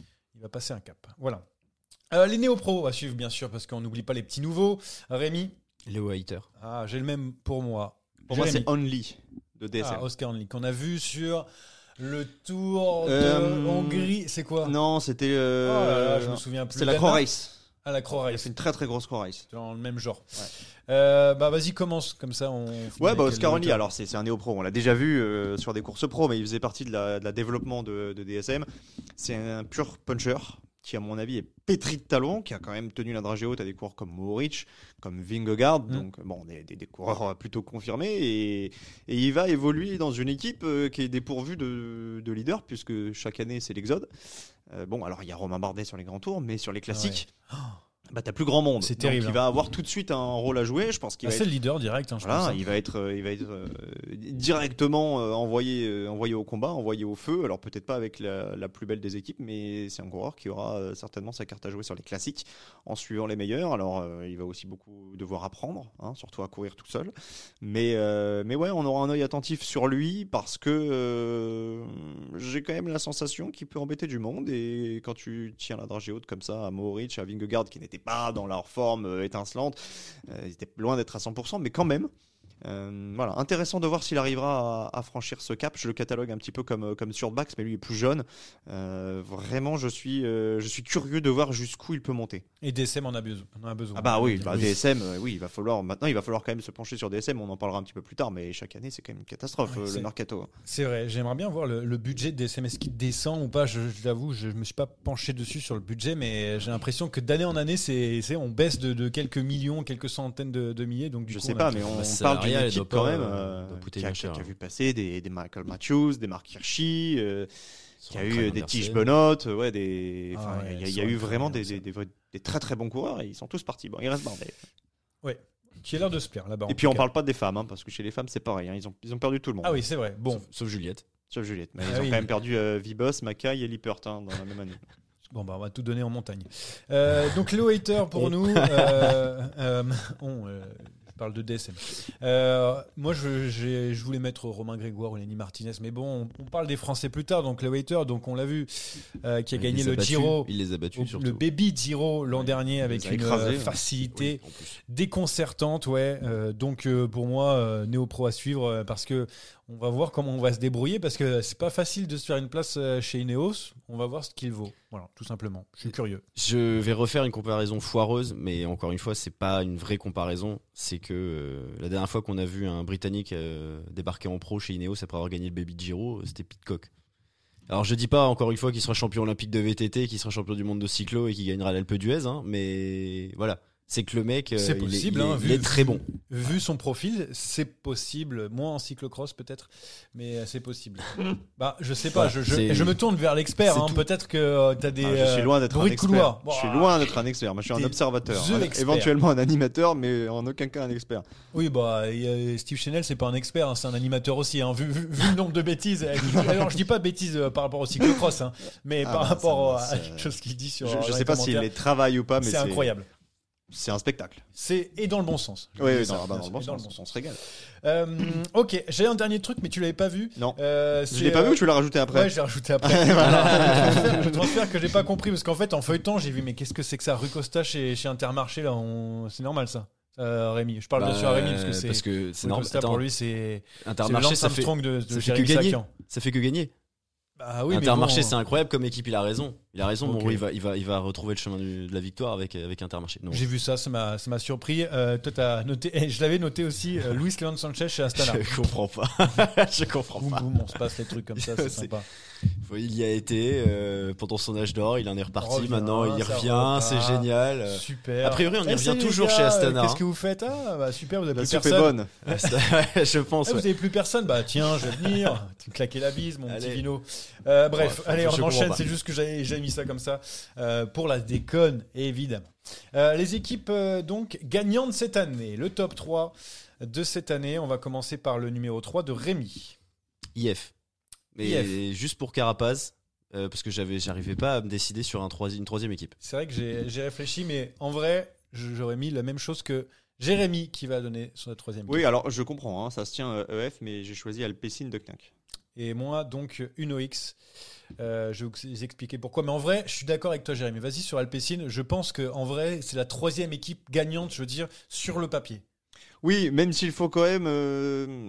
va passer un cap. Voilà. Euh, les néo-pros à suivre, bien sûr, parce qu'on n'oublie pas les petits nouveaux. Rémi. Léo Haïter. Ah, j'ai le même pour moi. Pour Jérémy. moi, c'est Only de D S M. Ah, Oscar Only, qu'on a vu sur le Tour de Euh, Hongrie. C'est quoi? Non, c'était. euh, Oh là là, je me souviens plus. C'est la Danemark. Croix Race. Ah, la Croix Race. C'est une très très grosse Croix Race. Dans le même genre. Ouais. Euh, bah, vas-y, commence. Comme ça, on. Ouais, bah Oscar Only, alors c'est c'est un néo-pro. On l'a déjà vu euh, sur des courses pro, mais il faisait partie de la, de la développement de, de D S M. C'est un pur puncher qui, à mon avis, est pétri de talent, qui a quand même tenu la dragée haute à des coureurs comme Mohoric, comme Vingegaard, Mm. donc bon, des, des, des coureurs plutôt confirmés. Et, et il va évoluer dans une équipe euh, qui est dépourvue de, de leader, puisque chaque année, c'est l'Exode. Euh, bon, alors il y a Romain Bardet sur les grands tours, mais sur les classiques. Ah ouais. Bah, t'as plus grand monde. C'est Donc, terrible, il hein. va avoir tout de suite un rôle à jouer. Je pense qu'il Ah, va c'est être le leader direct, hein, je voilà, pense. hein. il va être, euh, il va être euh, directement euh, envoyé, euh, envoyé au combat, envoyé au feu. Alors peut-être pas avec la, la plus belle des équipes, mais c'est un coureur qui aura euh, certainement sa carte à jouer sur les classiques en suivant les meilleurs. Alors euh, il va aussi beaucoup devoir apprendre, hein, surtout à courir tout seul. Mais, euh, mais ouais, on aura un œil attentif sur lui parce que euh, j'ai quand même la sensation qu'il peut embêter du monde. Et quand tu tiens la dragée haute comme ça à Mohoric, à Vingegaard qui n'étaient pas dans leur forme euh, étincelante, euh, ils étaient loin d'être à cent pour cent, mais quand même. Euh, voilà, intéressant de voir s'il arrivera à, à franchir ce cap. Je le catalogue un petit peu comme, comme Surbax, mais lui est plus jeune. Euh, vraiment, je suis, euh, je suis curieux de voir jusqu'où il peut monter. Et D S M en a besoin. En a besoin. Ah bah oui, bah, D S M, euh, oui, il va falloir maintenant, il va falloir quand même se pencher sur D S M. On en parlera un petit peu plus tard, mais chaque année, c'est quand même une catastrophe Ouais, euh, c'est- le mercato. C'est vrai, j'aimerais bien voir le, le budget de D S M. Est-ce qu'il descend ou pas? Je, je l'avoue, je ne me suis pas penché dessus sur le budget, mais j'ai l'impression que d'année en année, c'est, c'est, on baisse de, de quelques millions, quelques centaines de, de milliers. Donc, du Je coup, sais on pas, a- mais on, Bah, on ça, parle d'une Ariel, elle équipe doit quand pas, même euh, euh, doit coûter qui, a, bien qui a- cher. qui a vu passer des, des Michael Matthews, des Mark Hirschi, euh, qui a Sur eu un euh, crâne des Tige inversé. Benoît, euh, ouais, des, Ah enfin, ouais, il y a, il y sur a un eu crâne vraiment des, inversé. des, des vrais- des très très bons coureurs et ils sont tous partis. Bon, il reste Bardet. Ouais, qui a l'air de se plaire là-bas. en Et puis tout on cas. parle pas des femmes, hein, parce que chez les femmes c'est pareil, hein, ils, ont, ils ont perdu tout le monde. Ah oui, c'est vrai. Bon, Sauf, sauf Juliette. Sauf Juliette. Mais Ah ils ont oui. quand même perdu euh, Vibos, Mackay et Lippert hein, dans la même année. bon bah, on va tout donner en montagne. Euh, donc, Léo Hater pour Et- nous. Euh, euh, on, euh, je parle de D S M. Euh, moi, je, j'ai- je voulais mettre Romain Grégoire ou Lenny Martinez, mais bon, on, on parle des Français plus tard. Donc, Léo Hater, donc on l'a vu, euh, qui a Il gagné les a le battus. Giro. Il les a battus Au- surtout. le baby Giro l'an Ouais. dernier avec les a une écrasés, euh, ouais. facilité Oui, en plus. déconcertante, ouais. Euh, donc euh, pour moi, euh, néo-pro à suivre euh, parce que on va voir comment on va se débrouiller parce que c'est pas facile de se faire une place euh, chez Ineos. On va voir ce qu'il vaut. Voilà, tout simplement. Je suis curieux. Je vais refaire une comparaison foireuse, mais encore une fois, c'est pas une vraie comparaison. C'est que euh, la dernière fois qu'on a vu un Britannique euh, débarquer en pro chez Ineos après avoir gagné le Baby Giro, c'était Pidcock. Alors je dis pas encore une fois qu'il sera champion olympique de V T T, qu'il sera champion du monde de cyclo et qu'il gagnera l'Alpe d'Huez, hein, mais voilà. C'est que le mec, euh, C'est il, est, possible, il est- hein, il vu- est très bon. Vu son profil, c'est possible. Moins en cyclocross peut-être, mais euh, c'est possible. Bah, je sais pas. Voilà, je, je, c'est- je me tourne vers l'expert. c'est hein. tout. Peut-être que tu as des Ah, je suis euh, loin d'être un bruits de expert. couloir. Je suis Bah, loin d'être un expert. Moi, je suis un T'es observateur. the Un- expert. éventuellement un animateur, mais en aucun cas un expert. Oui, bah, et, euh, Steve Chanel, c'est pas un expert, hein, c'est un animateur aussi. Hein, vu, vu- vu le nombre de bêtises. euh, qu'il dit. Alors, je dis pas bêtises euh, par rapport au cyclocross, hein, mais Ah par bah, rapport ça, à ça, quelque chose qu'il dit sur. Je, euh, je dans sais les pas s'il commentaires. les travaille ou pas, mais C'est incroyable. C'est un spectacle. C'est et dans le bon sens. Je Oui, dis oui, ça, dans, bah, bien dans le sûr, bon et sens, on se régale. Euh, ok, j'ai un dernier truc, mais tu l'avais pas vu. Non. Euh, Je c'est, l'ai pas euh, vu ou tu l'as rajouté après Ouais, j'ai rajouté après. Voilà. le, transfert, le transfert que j'ai pas compris parce qu'en fait, en feuilletant, j'ai vu mais qu'est-ce que c'est que ça, Rue Costa chez, chez Intermarché là, on... c'est normal ça. Euh, Rémi, je parle Bah, bien sûr à Rémi parce que c'est. parce que c'est Rue normal. Costa Attends, pour lui, c'est. C'est le Intermarché, Lance ça fait, Armstrong de, de ça fait que Jérémy gagner. Sakian. Ça fait que gagner. Bah oui, mais Intermarché, bon, c'est incroyable comme équipe. Il a raison. Il a raison. Ok. Mon gros, il va, il va, il va retrouver le chemin du- de la victoire avec avec Intermarché. Non. J'ai vu ça, ça m'a, ça m'a surpris. Euh, toi, t'as noté, et je l'avais noté aussi, euh, Luis Leon Sanchez chez Astana. Je comprends pas. Je comprends Boum, pas. boum, on se passe les trucs comme ça, c'est C'est- sympa. Il y a été euh, pendant son âge d'or. Il en est reparti. Revient, Maintenant, il y ça revient. repart. C'est génial. Euh, Super. a priori, on y Eh, revient salut, les toujours gars, chez Astana, Qu'est-ce hein. que vous faites? Ah, bah super, vous avez La plus soupe est personne. bonne. ouais, ça- je pense. Ah, ouais. vous avez plus personne? Bah tiens, je vais venir. Tu me claquer la bise, mon petit Allez. vino. Euh, bref, Ouais, allez, je on comprends enchaîne. pas. C'est juste que j'avais, j'avais mis ça comme ça euh, pour la déconne, évidemment. Euh, les équipes euh, donc gagnantes cette année. Le top trois de cette année. On va commencer par le numéro trois de Rémi. I F. Mais I juste pour Carapaz, euh, parce que j'avais, j'arrivais pas à me décider sur un troisi- une troisième équipe. C'est vrai que j'ai, j'ai réfléchi, mais en vrai, je- j'aurais mis la même chose que Jérémy qui va donner sur la troisième. Oui, alors je comprends, hein, ça se tient euh, E F, mais j'ai choisi Alpecin de Knack. et moi donc Uno X. Euh, je vais vous expliquer pourquoi. Mais en vrai, je suis d'accord avec toi, Jérémy. Vas-y sur Alpecin. Je pense qu'en vrai, c'est la troisième équipe gagnante, je veux dire, sur le papier. Oui, même s'il faut quand même euh,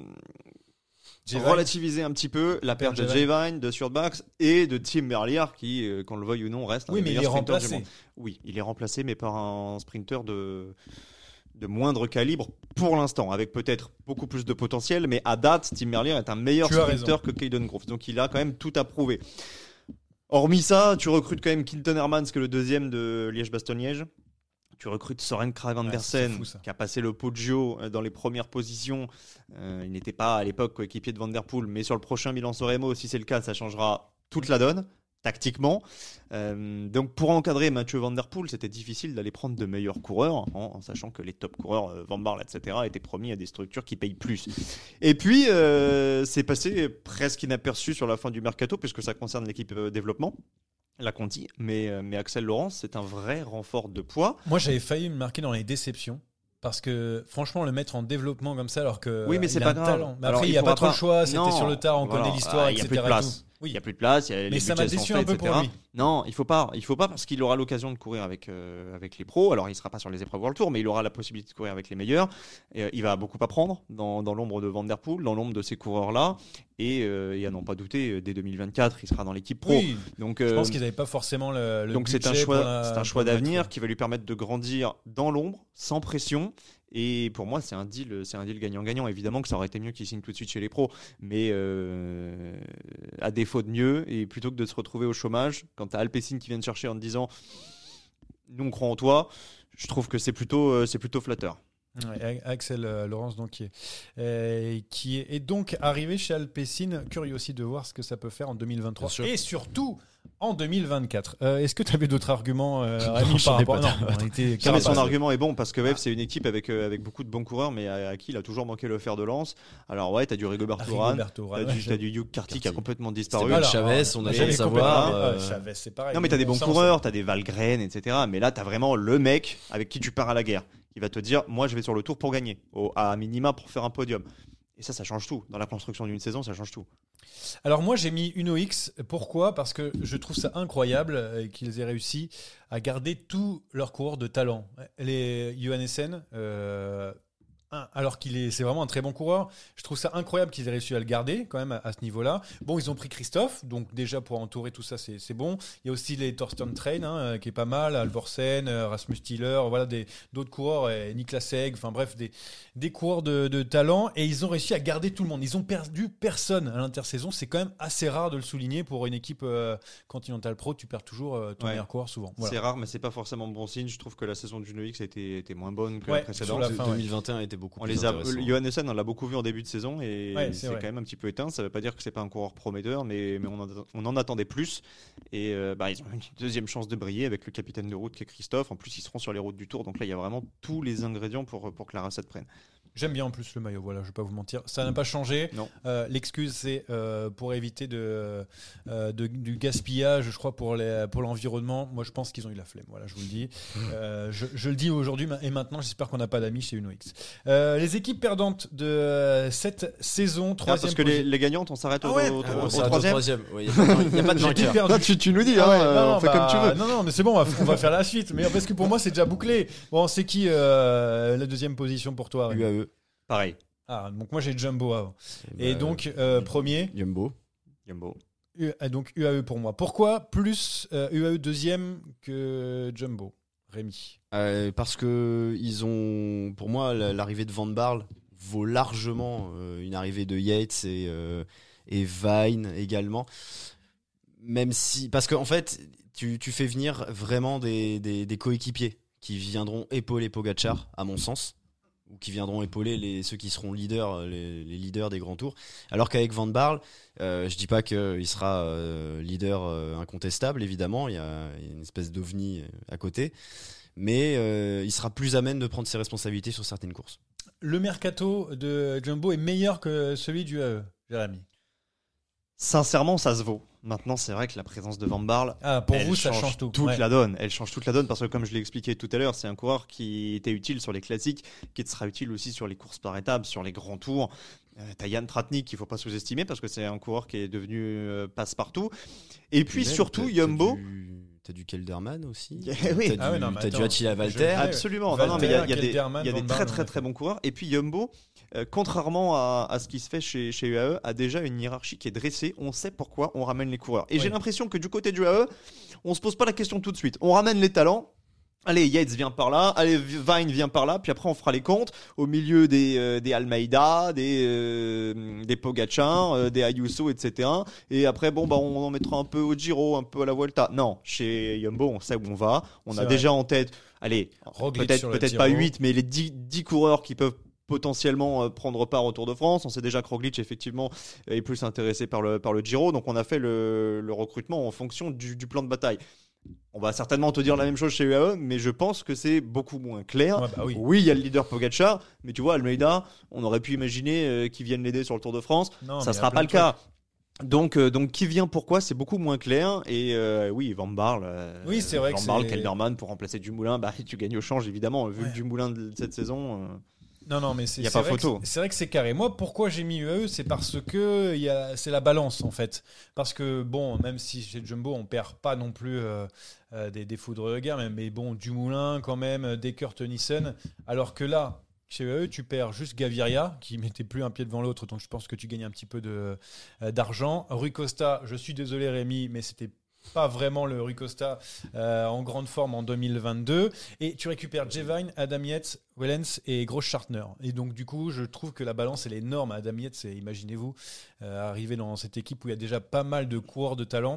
relativiser un petit peu la perte de J-Vine, de Surtbacks et de Tim Merlier qui, euh, qu'on le veuille ou non, reste oui, un des meilleurs sprinters du monde. Oui, il est remplacé, mais par un sprinter de... de moindre calibre pour l'instant, avec peut-être beaucoup plus de potentiel, mais à date, Tim Merlier est un meilleur tu sprinter que Caden Grove, donc il a quand même tout à prouver. Hormis ça, tu recrutes quand même Quinton Hermans, qui est le deuxième de Liège-Bastogne-Liège. Tu recrutes Soren Kragh Andersen, ouais, qui a passé le Poggio dans les premières positions. Euh, il n'était pas à l'époque coéquipier de Van Der Poel, mais sur le prochain Milan-San Remo, si c'est le cas, ça changera toute la donne. Tactiquement. Euh, donc pour encadrer Mathieu Van Der Poel, c'était difficile d'aller prendre de meilleurs coureurs, hein, en sachant que les top coureurs, euh, Van Barle, et cetera, étaient promis à des structures qui payent plus. Et puis, euh, c'est passé presque inaperçu sur la fin du mercato, puisque ça concerne l'équipe euh, développement, la Conti, mais, euh, mais Axel Laurence, c'est un vrai renfort de poids. Moi, j'avais failli me marquer dans les déceptions. Parce que franchement, le mettre en développement comme ça, alors que oui, mais c'est il pas a un grave. talent. Mais après, alors, il n'y a pas trop le choix. C'était non, sur le tard, on voilà. connaît l'histoire, ah, et cetera. Il n'y a plus de place. Oui. Il n'y a plus de place. Y a, mais les ça m'a déçu un peu et cetera. pour lui. Non, il faut pas. Il faut pas parce qu'il aura l'occasion de courir avec euh, avec les pros. Alors, il sera pas sur les épreuves World Tour, mais il aura la possibilité de courir avec les meilleurs. Et, euh, il va beaucoup apprendre dans, dans l'ombre de Van Der Poel, dans l'ombre de ces coureurs-là. Et, euh, et à n'en pas douter, dès deux mille vingt-quatre, il sera dans l'équipe pro. Oui. Donc, euh, je pense euh, qu'ils n'avaient pas forcément le, le donc budget. Donc c'est un choix, la, c'est un choix d'avenir qui va lui permettre de grandir dans l'ombre, sans pression. Et pour moi, c'est un deal, c'est un deal gagnant-gagnant. Évidemment que ça aurait été mieux qu'il signe tout de suite chez les pros, mais euh, à défaut de mieux, et plutôt que de se retrouver au chômage, quand tu as Alpecin qui vient te chercher en te disant « nous on croit en toi », je trouve que c'est plutôt, euh, c'est plutôt flatteur. Ouais, Axel euh, Laurence donc, qui, est, euh, qui est, est donc arrivé chez Alpecin. Curieux aussi de voir ce que ça peut faire en deux mille vingt-trois et surtout en deux mille vingt-quatre. Euh, est-ce que tu avais d'autres arguments, euh, Rémi, par rapport à non, on était non, mais son argument est bon parce que Web, c'est une équipe avec, euh, avec beaucoup de bons coureurs, mais à, à qui il a toujours manqué le fer de lance. Alors ouais, t'as du Rigoberto Urán, t'as du, t'as du Hugh Carty qui a complètement disparu. C'était Chavez, on a jamais savoir. Euh... Chavez, c'est pareil. Non, mais t'as des bons coureurs, t'as des Valgren, et cetera. Mais là, t'as vraiment le mec avec qui tu pars à la guerre. Il va te dire, moi je vais sur le tour pour gagner, au, à minima pour faire un podium. Et ça, ça change tout. Dans la construction d'une saison, ça change tout. Alors moi, j'ai mis Uno X. Pourquoi ? Parce que je trouve ça incroyable qu'ils aient réussi à garder tous leurs coureurs de talent. Les Johannessen, euh, alors qu'il est, c'est vraiment un très bon coureur. Je trouve ça incroyable qu'ils aient réussi à le garder quand même à, à ce niveau-là. Bon, ils ont pris Christophe, donc déjà pour entourer tout ça, c'est, c'est bon. Il y a aussi les Thorsten Train, hein, qui est pas mal, Alvorsen, Rasmus Tiller, voilà des, d'autres coureurs, et Niklas Segg, enfin bref, des, des coureurs de, de talent. Et ils ont réussi à garder tout le monde. Ils ont perdu personne à l'intersaison. C'est quand même assez rare de le souligner pour une équipe euh, Continental Pro. Tu perds toujours euh, ton ouais. meilleur coureur souvent. Voilà. C'est rare, mais c'est pas forcément bon signe. Je trouve que la saison du Uno X était, était moins bonne que ouais, la précédente. La fin, deux mille vingt et un ouais. était beaucoup on plus les a, intéressant. Johannessen, on l'a beaucoup vu en début de saison et ouais, c'est, c'est c'est quand même un petit peu éteint. Ça veut pas dire que c'est pas un coureur prometteur, mais, mais on, en, on en attendait plus. Et euh, bah, ils ont une deuxième chance de briller avec le capitaine de route qui est Christophe. En plus, ils seront sur les routes du Tour. Donc là, il y a vraiment tous les ingrédients pour, pour que la recette prenne. J'aime bien en plus le maillot, voilà, je vais pas vous mentir. Ça n'a pas changé. Non. Euh, l'excuse, c'est euh, pour éviter de, euh, de, du gaspillage, je crois, pour, les, pour l'environnement. Moi, je pense qu'ils ont eu la flemme, voilà, je vous le dis. Euh, je, je le dis aujourd'hui et maintenant, j'espère qu'on n'a pas d'amis chez Uno X. Euh, les équipes perdantes de cette saison, troisième. Ah, parce que les, les gagnantes, on s'arrête au, ah ouais, au, au, ah, au, au troisième. troisième. Il ouais, n'y a, a pas de vainqueur. Là, tu, tu nous dis, hein, ah ouais, non, non, on fait bah, comme tu veux. Non, non, mais c'est bon, on va, on va faire la suite. Mais parce que pour moi, c'est déjà bouclé. Bon, c'est qui euh, la deuxième position pour toi, Rémi ? U A E. Pareil. Ah, donc moi j'ai Jumbo avant. Et, et bah, donc, euh, premier. Jumbo. Jumbo. U, donc U A E pour moi. Pourquoi plus euh, U A E deuxième que Jumbo, Rémi ? euh, Parce que ils ont, pour moi, l'arrivée de Van Barle vaut largement euh, une arrivée de Yates et, euh, et Vine également. Même si, parce qu'en fait, tu, tu fais venir vraiment des, des, des coéquipiers qui viendront épauler Pogacar, à mon sens, ou qui viendront épauler les, ceux qui seront leaders, les, les leaders des grands tours. Alors qu'avec Van Barle, euh, je dis pas qu'il sera euh, leader euh, incontestable, évidemment, il y a une espèce d'ovni à côté, mais euh, il sera plus à même de prendre ses responsabilités sur certaines courses. Le mercato de Jumbo est meilleur que celui du U A E, Jérémy. Sincèrement, ça se vaut. Maintenant, c'est vrai que la présence de Van Barle, ah, pour elle vous, ça change, change tout. toute ouais. la donne. Elle change toute la donne parce que, comme je l'ai expliqué tout à l'heure, c'est un coureur qui était utile sur les classiques, qui te sera utile aussi sur les courses par étapes, sur les grands tours. Euh, t'as Yann Tratnik qu'il faut pas sous-estimer parce que c'est un coureur qui est devenu euh, passe-partout. Et puis Même, surtout t'as- Jumbo. T'as du, t'as du Kelderman aussi. Oui. T'as du, Ah ouais, non, mais t'as du attends, Attila je- Valter. je- Absolument. Valter, Non, non, mais il y a, il y a des, Kelderman, il y a des Van très Barle, très ouais. très bons coureurs. Et puis Jumbo, euh, contrairement à, à ce qui se fait chez, chez U A E, a déjà une hiérarchie qui est dressée. On sait pourquoi on ramène les coureurs. Et Oui. j'ai l'impression que du côté du U A E, on se pose pas la question tout de suite. On ramène les talents. Allez, Yates vient par là, allez, Vine vient par là, puis après on fera les comptes au milieu des, euh, des Almeida, des, euh, des Pogacar, euh, des Ayuso, et cetera. Et après, bon, bah, on en mettra un peu au Giro, un peu à la Vuelta. Non, chez Jumbo, on sait où on va. On C'est a vrai. déjà en tête, allez, Roglic peut-être sur le peut-être pas Giro. huit, mais les dix, dix coureurs qui peuvent potentiellement euh, prendre part au Tour de France. On sait déjà que Roglic effectivement est plus intéressé par le, par le Giro, donc on a fait le, le recrutement en fonction du, du plan de bataille. On va certainement te dire la même chose chez U A E, mais je pense que c'est beaucoup moins clair. Ouais, bah oui. Oui, il y a le leader Pogacar, mais tu vois, Almeida, on aurait pu imaginer euh, qu'il vienne l'aider sur le Tour de France. Non, Ça mais il y a sera plein pas le de cas. Donc, euh, donc qui vient pourquoi, c'est beaucoup moins clair. Et euh, oui, Van Barle, euh, Oui, c'est vrai Van que Barle, c'est- Kelderman pour remplacer Dumoulin, bah tu gagnes au change évidemment. Vu Ouais. que Dumoulin de cette saison. euh, Non, non, mais c'est Y a c'est pas vrai que photo. c'est- C'est vrai que c'est carré. Moi, pourquoi j'ai mis U A E, c'est parce que il y a- c'est la balance, en fait. Parce que, bon, même si chez Jumbo, on perd pas non plus euh, euh, des, des foudres de guerre, mais, mais bon, Dumoulin, quand même, euh, Dekert, Nissen. Alors que là, chez U A E, tu perds juste Gaviria, qui mettait plus un pied devant l'autre, donc je pense que tu gagnes un petit peu de, euh, d'argent. Rui Costa, je suis désolé, Rémi, mais c'était pas vraiment le Rui Costa euh, en grande forme en deux mille vingt-deux. Et tu récupères Jevine, Adam Yates, Wellens et Gross Schartner. Et donc, du coup, je trouve que la balance, elle est énorme. Adam Yates, c'est, imaginez-vous, euh, arriver dans cette équipe où il y a déjà pas mal de coureurs de talent.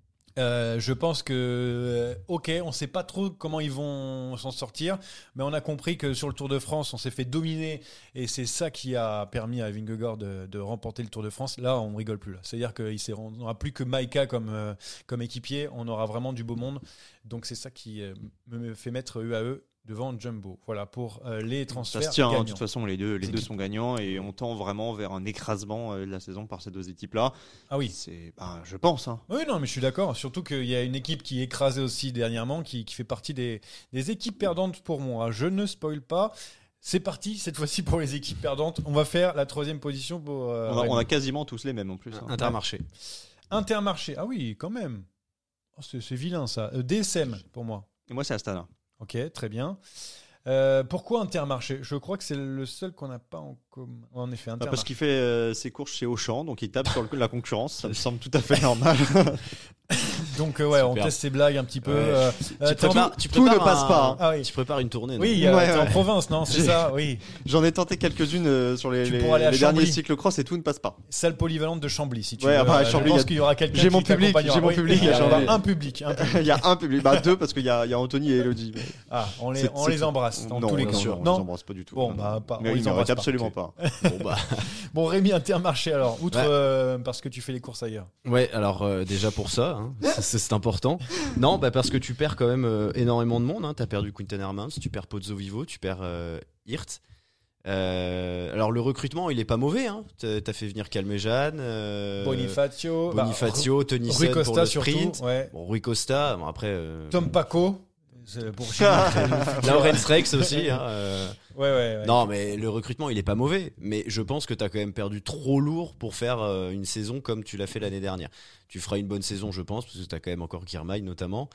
Euh, je pense que, euh, ok, on sait pas trop comment ils vont s'en sortir, mais on a compris que sur le Tour de France, on s'est fait dominer et c'est ça qui a permis à Vingegaard de, de remporter le Tour de France. Là, on rigole plus. Là. C'est-à-dire qu'on n'aura plus que Maïka comme, euh, comme équipier, on aura vraiment du beau monde. Donc c'est ça qui euh, me fait mettre U A E devant Jumbo. Voilà pour euh, les transferts. Ça se tient, hein, de gagnants. toute façon, les deux, les C'est deux qui- sont gagnants et on tend vraiment vers un écrasement euh, de la saison par ces deux équipes-là. Ah oui. C'est, ben, je pense. Hein. Oui, non, mais je suis d'accord. Surtout qu'il y a une équipe qui est écrasée aussi dernièrement, qui, qui fait partie des, des équipes perdantes pour moi. Je ne spoil pas. C'est parti, cette fois-ci pour les équipes perdantes. On va faire la troisième position pour. euh, On a, Rémi. on a quasiment tous les mêmes en plus. hein. Intermarché. Intermarché. Ah oui, quand même. Oh, c'est, c'est vilain ça. Euh, D S M pour moi. Et moi, c'est Astana. Ok, très bien. Euh, pourquoi Intermarché ? Je crois que c'est le seul qu'on n'a pas en commun. En effet, Bah, Intermarché. parce qu'il fait euh, ses courses chez Auchan, donc il tape sur le- la concurrence. Ça me semble tout à fait normal. Donc, euh, ouais, on Super. teste ses blagues un petit peu. Ouais. euh, Tu euh, t'as prépares, tout- tu tout ne prépares passe un- pas, hein. Ah oui. Tu prépares une tournée. non Oui, euh, Ouais, t'es ouais. en province, non ? C'est J'ai- ça, oui. J'en ai tenté quelques-unes euh, sur les, Tu les- pourras aller à les derniers Chambly. cyclocross et tout ne passe pas. Salle polyvalente de Chambly, si tu Ouais, veux. ah bah, à Euh, je Chambly, pense il y a- qu'il y aura quelqu'un j'ai qui mon public, t'accompagnera. j'ai mon Oui, public il y à a Chambly. un public. un public. Il y a un public, bah deux parce qu'il y a, il y a Anthony et Elodie. mais Ah, on les, c'est- on c'est les tout. embrasse dans non, tous les bien cas. sûr, on Non les embrasse pas du tout. Bon, Non, bah, non. pas- mais on ils les méritent embrasse pas, absolument tu- pas. Bon bah. Bon, Rémi, Intermarché alors, outre Ouais. euh, parce que tu fais les courses ailleurs. Ouais, alors euh, déjà pour ça, hein, c'est, c'est important. Non, bah parce que tu perds quand même euh, énormément de monde. Hein. T'as perdu Quinten Hermans, tu perds Pozzo Vivo, tu perds euh, Hirt. Euh, alors le recrutement, il est pas mauvais. Hein. T'as, t'as fait venir Calmejane, euh, Bonifacio, bah, Bonifacio, Tony Rui Sen pour Costa le surtout. sprint. Ouais. Bon, Rui Costa, bon, après. Euh, Tom Paco. c'est Pour Gilles, le futur. Lawrence Rex aussi. Hein, euh, Ouais, ouais, ouais. Non, mais le recrutement, il est pas mauvais. Mais je pense que t'as quand même perdu trop lourd pour faire euh, une saison comme tu l'as fait l'année dernière. Tu feras une bonne saison, je pense, parce que t'as quand même encore Girmay notamment.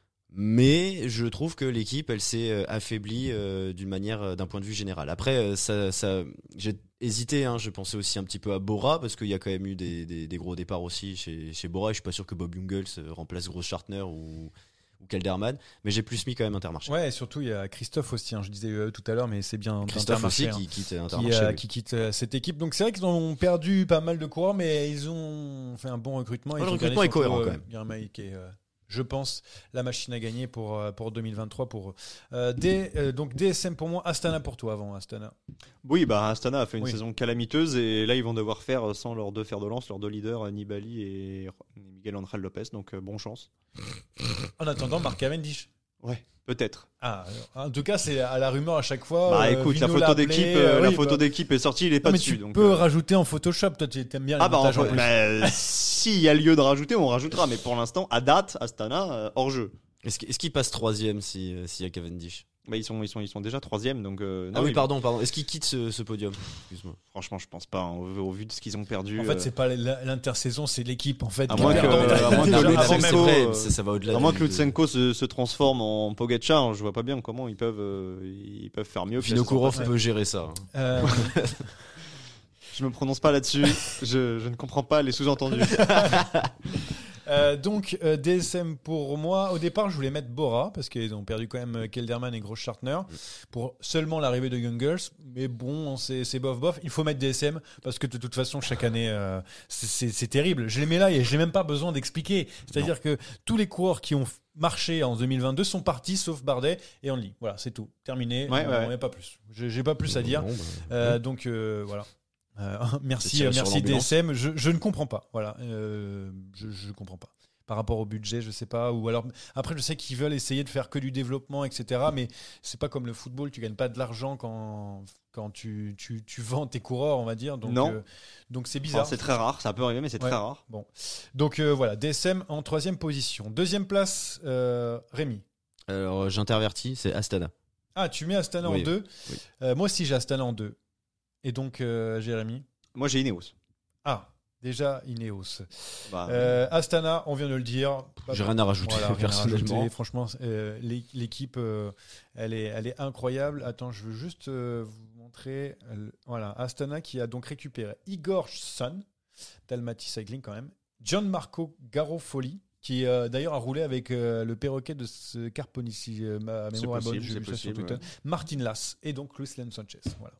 Mais je trouve que l'équipe, elle s'est euh, affaiblie euh, d'une manière, euh, d'un point de vue général. Après, euh, ça, ça, j'ai hésité. Hein, je pensais aussi un petit peu à Bora parce qu'il y a quand même eu des, des, des gros départs aussi chez, chez Bora. Et je suis pas sûr que Bob Jungels euh, remplace Gross Schartner ou, ou Kelderman. Mais j'ai plus mis quand même Intermarché. Ouais, et surtout, il y a Christophe aussi. Hein, je disais euh, tout à l'heure, mais c'est bien Christophe aussi d'Intermarché, hein, qui quitte qui, Intermarché. euh, oui. qui quitte euh, cette équipe. Donc c'est vrai qu'ils ont perdu pas mal de coureurs, mais ils ont fait un bon recrutement. Ouais, Ils le ont recrutement gagné est cohérent, surtout, quand euh, même. Girmay qui est, euh, je pense, la machine à gagner pour, euh, pour deux mille vingt-trois pour eux. Euh, D- euh, donc D S M pour moi, Astana pour toi avant Astana. Oui, bah Astana a fait une Oui. saison calamiteuse et là ils vont devoir faire sans leurs deux fers de lance, leurs deux leaders Nibali et Miguel Angel Lopez. Donc euh, bonne chance. En attendant, Marc Cavendish. Ouais, peut-être. Ah, alors, en tout cas, c'est à la rumeur à chaque fois. Bah euh, écoute, la Vino photo l'a d'équipe, appelé, euh, euh, la oui, photo bah- d'équipe est sortie, il est pas Non, mais dessus. tu donc, peux euh, rajouter en Photoshop, toi tu aimes bien les Ah bah montages en enfin, plus. bah, s'il y a lieu de rajouter, on rajoutera. Mais pour l'instant, à date, Astana euh, hors jeu. Est-ce, qu'- est-ce qu'il passe troisième si, euh, s'il y a Cavendish? Bah, ils, sont, ils, sont, ils sont déjà troisième. Donc, euh, non, ah oui, ils... pardon, pardon. Est-ce qu'ils quittent ce, ce podium? Excuse-moi. Franchement, je pense pas. Hein, au, au vu de ce qu'ils ont perdu. En fait, euh... c'est pas l'intersaison, c'est l'équipe. En fait, à moins que, euh, à moins que Lutsenko, euh, ça, ça va au-delà. À moins que Lutsenko se, se transforme en Pogacar, je vois pas bien comment ils peuvent, euh, ils peuvent faire mieux. Vinokourov peut gérer ça. Euh... je me prononce pas là-dessus. je, je ne comprends pas les sous-entendus. Euh, donc euh, D S M pour moi. Au départ, je voulais mettre Bora parce qu'ils ont perdu quand même Kelderman et Grossschartner pour seulement l'arrivée de Young Girls. Mais bon, c'est, c'est bof bof. Il faut mettre D S M parce que de toute façon, chaque année, euh, c'est, c'est, c'est terrible. Je les mets là et je n'ai même pas besoin d'expliquer. C'est-à-dire non. que tous les coureurs qui ont marché en deux mille vingt-deux sont partis sauf Bardet et Only. Voilà, c'est tout. Terminé. Ouais, on ouais. n'a pas plus. J'ai, j'ai pas plus à dire. Bon, bah, euh, ouais. Donc euh, voilà. Euh, merci, euh, merci D S M. Je, je ne comprends pas. Voilà, euh, je ne comprends pas. Par rapport au budget, je sais pas. Ou alors, après, je sais qu'ils veulent essayer de faire que du développement, et cetera. Mais c'est pas comme le football. Tu gagnes pas de l'argent quand quand tu, tu, tu vends tes coureurs, on va dire. Donc, non. Euh, donc c'est bizarre. Enfin, c'est très rare. Ça peut arriver, mais c'est ouais. très rare. Bon. Donc euh, voilà, D S M en troisième position. Deuxième place, euh, Rémi. Alors j'intervertis, c'est Astana. Ah, tu mets Astana oui. en deux. Oui. Euh, moi aussi, j'ai Astana en deux. Et donc, euh, Jérémy. Moi, j'ai Ineos. Ah. Déjà, Ineos. Bah, euh, Astana, on vient de le dire. J'ai rien à rajouter, voilà, personnellement. Rien à rajouter. Franchement, euh, l'équipe, euh, elle, est, elle est incroyable. Attends, je veux juste euh, vous montrer. Elle, voilà, Astana qui a donc récupéré Igor Son, Dalmati Cycling quand même, John Marco Garofoli, qui euh, d'ailleurs a roulé avec euh, le perroquet de ce Carponi, si euh, ma mémoire est bonne, j'ai vu ça sur Twitter. Ouais. Martin Lass et donc Luis Leon Sanchez. Voilà.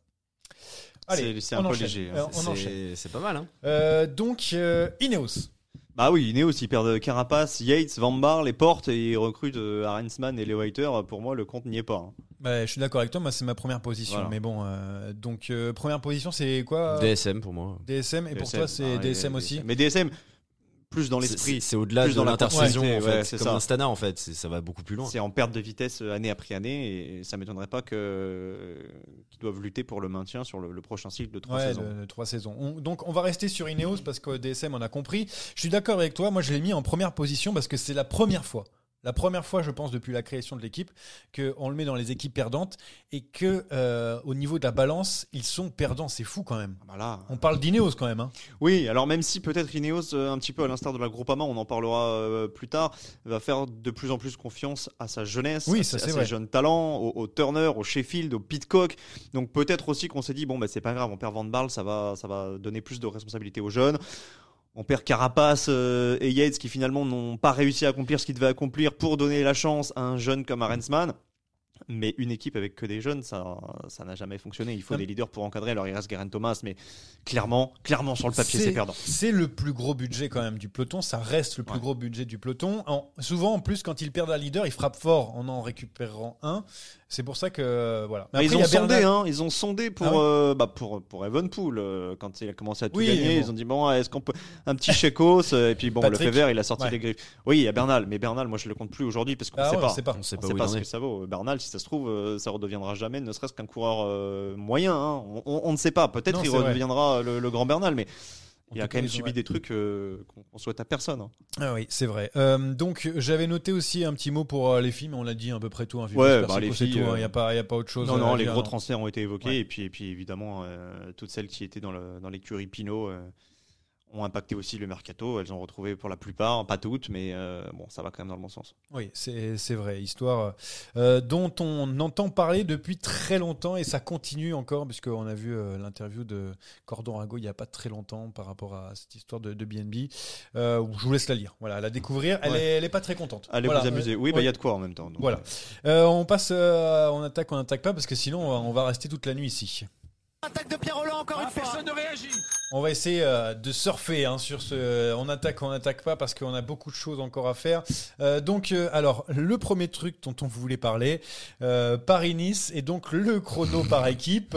Allez, c'est, c'est on un peu enchaîne. léger. Hein. Euh, on c'est, enchaîne. C'est pas mal. Hein. Euh, donc, euh, Ineos. Bah oui, Ineos, ils perdent Carapace, Yates, Van Baarle, les portes et ils recrutent euh, Arensman et Leo Hayter. Pour moi, le compte n'y est pas. Hein. Bah, je suis d'accord avec toi, moi c'est ma première position. Voilà. Mais bon, euh, donc euh, première position, c'est quoi? D S M pour moi. D S M, et D S M, pour toi, c'est ah, D S M ouais, aussi. D S M. Mais D S M, plus dans l'esprit. C'est, c'est au-delà plus de dans l'intersaison, ouais, en fait. ouais, c'est c'est comme ça. un Stana, en fait. C'est, ça va beaucoup plus loin. C'est en perte de vitesse année après année et ça ne m'étonnerait pas que, qu'ils doivent lutter pour le maintien sur le, le prochain cycle de trois ouais, saisons. De, de trois saisons. On, donc on va rester sur Ineos parce que D S M on a compris. Je suis d'accord avec toi, moi je l'ai mis en première position parce que c'est la première fois. La première fois, je pense, depuis la création de l'équipe, qu'on le met dans les équipes perdantes et que euh, au niveau de la balance, ils sont perdants. C'est fou quand même. Ah bah là, on parle d'Ineos quand même. Hein. Oui, alors même si peut-être Ineos, un petit peu à l'instar de la Groupama, on en parlera euh, plus tard, va faire de plus en plus confiance à sa jeunesse, oui, à, ça, à c'est ses vrai. jeunes talents, au, au Turner, au Sheffield, au Pidcock. Donc peut-être aussi qu'on s'est dit, bon, bah, c'est pas grave, on perd Van Baarle, ça va, ça va donner plus de responsabilités aux jeunes. On perd Carapace euh, et Yates qui finalement n'ont pas réussi à accomplir ce qu'ils devaient accomplir pour donner la chance à un jeune comme Arensman. Mais une équipe avec que des jeunes, ça, ça n'a jamais fonctionné. Il faut non. des leaders pour encadrer. Alors il reste Geraint Thomas, mais clairement, clairement sur le papier, c'est, c'est perdant. C'est le plus gros budget quand même du peloton. Ça reste le plus ouais. gros budget du peloton. En, souvent, en plus, quand ils perdent un leader, ils frappent fort en en récupérant un. C'est pour ça que euh, voilà. Mais après, ils, ont sondé, Bernal... hein, ils ont sondé pour ah oui. euh, bah pour pour Evenepoel euh, quand il a commencé à tout oui, gagner. Bon. Ils ont dit bon, est-ce qu'on peut un petit Chekos et puis bon, Patrick. Le fait vert, il a sorti ouais. les griffes. Oui, il y a Bernal, mais Bernal, moi je le compte plus aujourd'hui parce qu'on ah sait ouais, pas. On sait pas. On sait pas, on sait pas ce que ça vaut. Bernal, si ça se trouve, ça redeviendra jamais, ne serait-ce qu'un coureur euh, moyen. Hein. On, on, on ne sait pas. Peut-être non, il redeviendra le, le grand Bernal, mais. Il a quand même subi ouais. des trucs euh, qu'on souhaite à personne. Hein. Ah oui, c'est vrai. Euh, donc, j'avais noté aussi un petit mot pour euh, les filles, mais on l'a dit à peu près tout. Hein, ouais, bah, les filles, il n'y euh... a, a pas autre chose. Non, non, à les dire, gros non. transferts ont été évoqués. Ouais. Et, puis, et puis, évidemment, euh, toutes celles qui étaient dans, le, dans l'écurie Pinot euh, ont impacté aussi le mercato. Elles ont retrouvé pour la plupart, pas toutes, mais euh, bon, ça va quand même dans le bon sens. Oui, c'est, c'est vrai. Histoire euh, dont on entend parler depuis très longtemps et ça continue encore, puisqu'on a vu euh, l'interview de Cordon Rago il n'y a pas très longtemps par rapport à cette histoire de, de B N B. Euh, je vous laisse la lire. Voilà, la découvrir. Elle, ouais. est, elle est pas très contente. Allez voilà. vous amuser. Oui, il bah, ouais. y a de quoi en même temps. Donc. Voilà. Euh, on passe, euh, on attaque, on n'attaque pas, parce que sinon, on va, on va rester toute la nuit ici. Attaque de Pierre Rolland encore ah, une fois. Personne ne réagit. On va essayer euh, de surfer hein, sur ce. On attaque, on n'attaque pas parce qu'on a beaucoup de choses encore à faire. Euh, donc, euh, alors, le premier truc dont on voulait parler, euh, Paris-Nice et donc le chrono par équipe.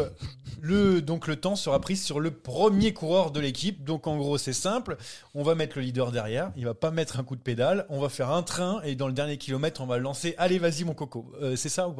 Le donc le temps sera pris sur le premier coureur de l'équipe. Donc en gros, c'est simple. On va mettre le leader derrière. Il va pas mettre un coup de pédale. On va faire un train et dans le dernier kilomètre, on va lancer. Allez, vas-y mon coco. Euh, c'est ça ou pas ?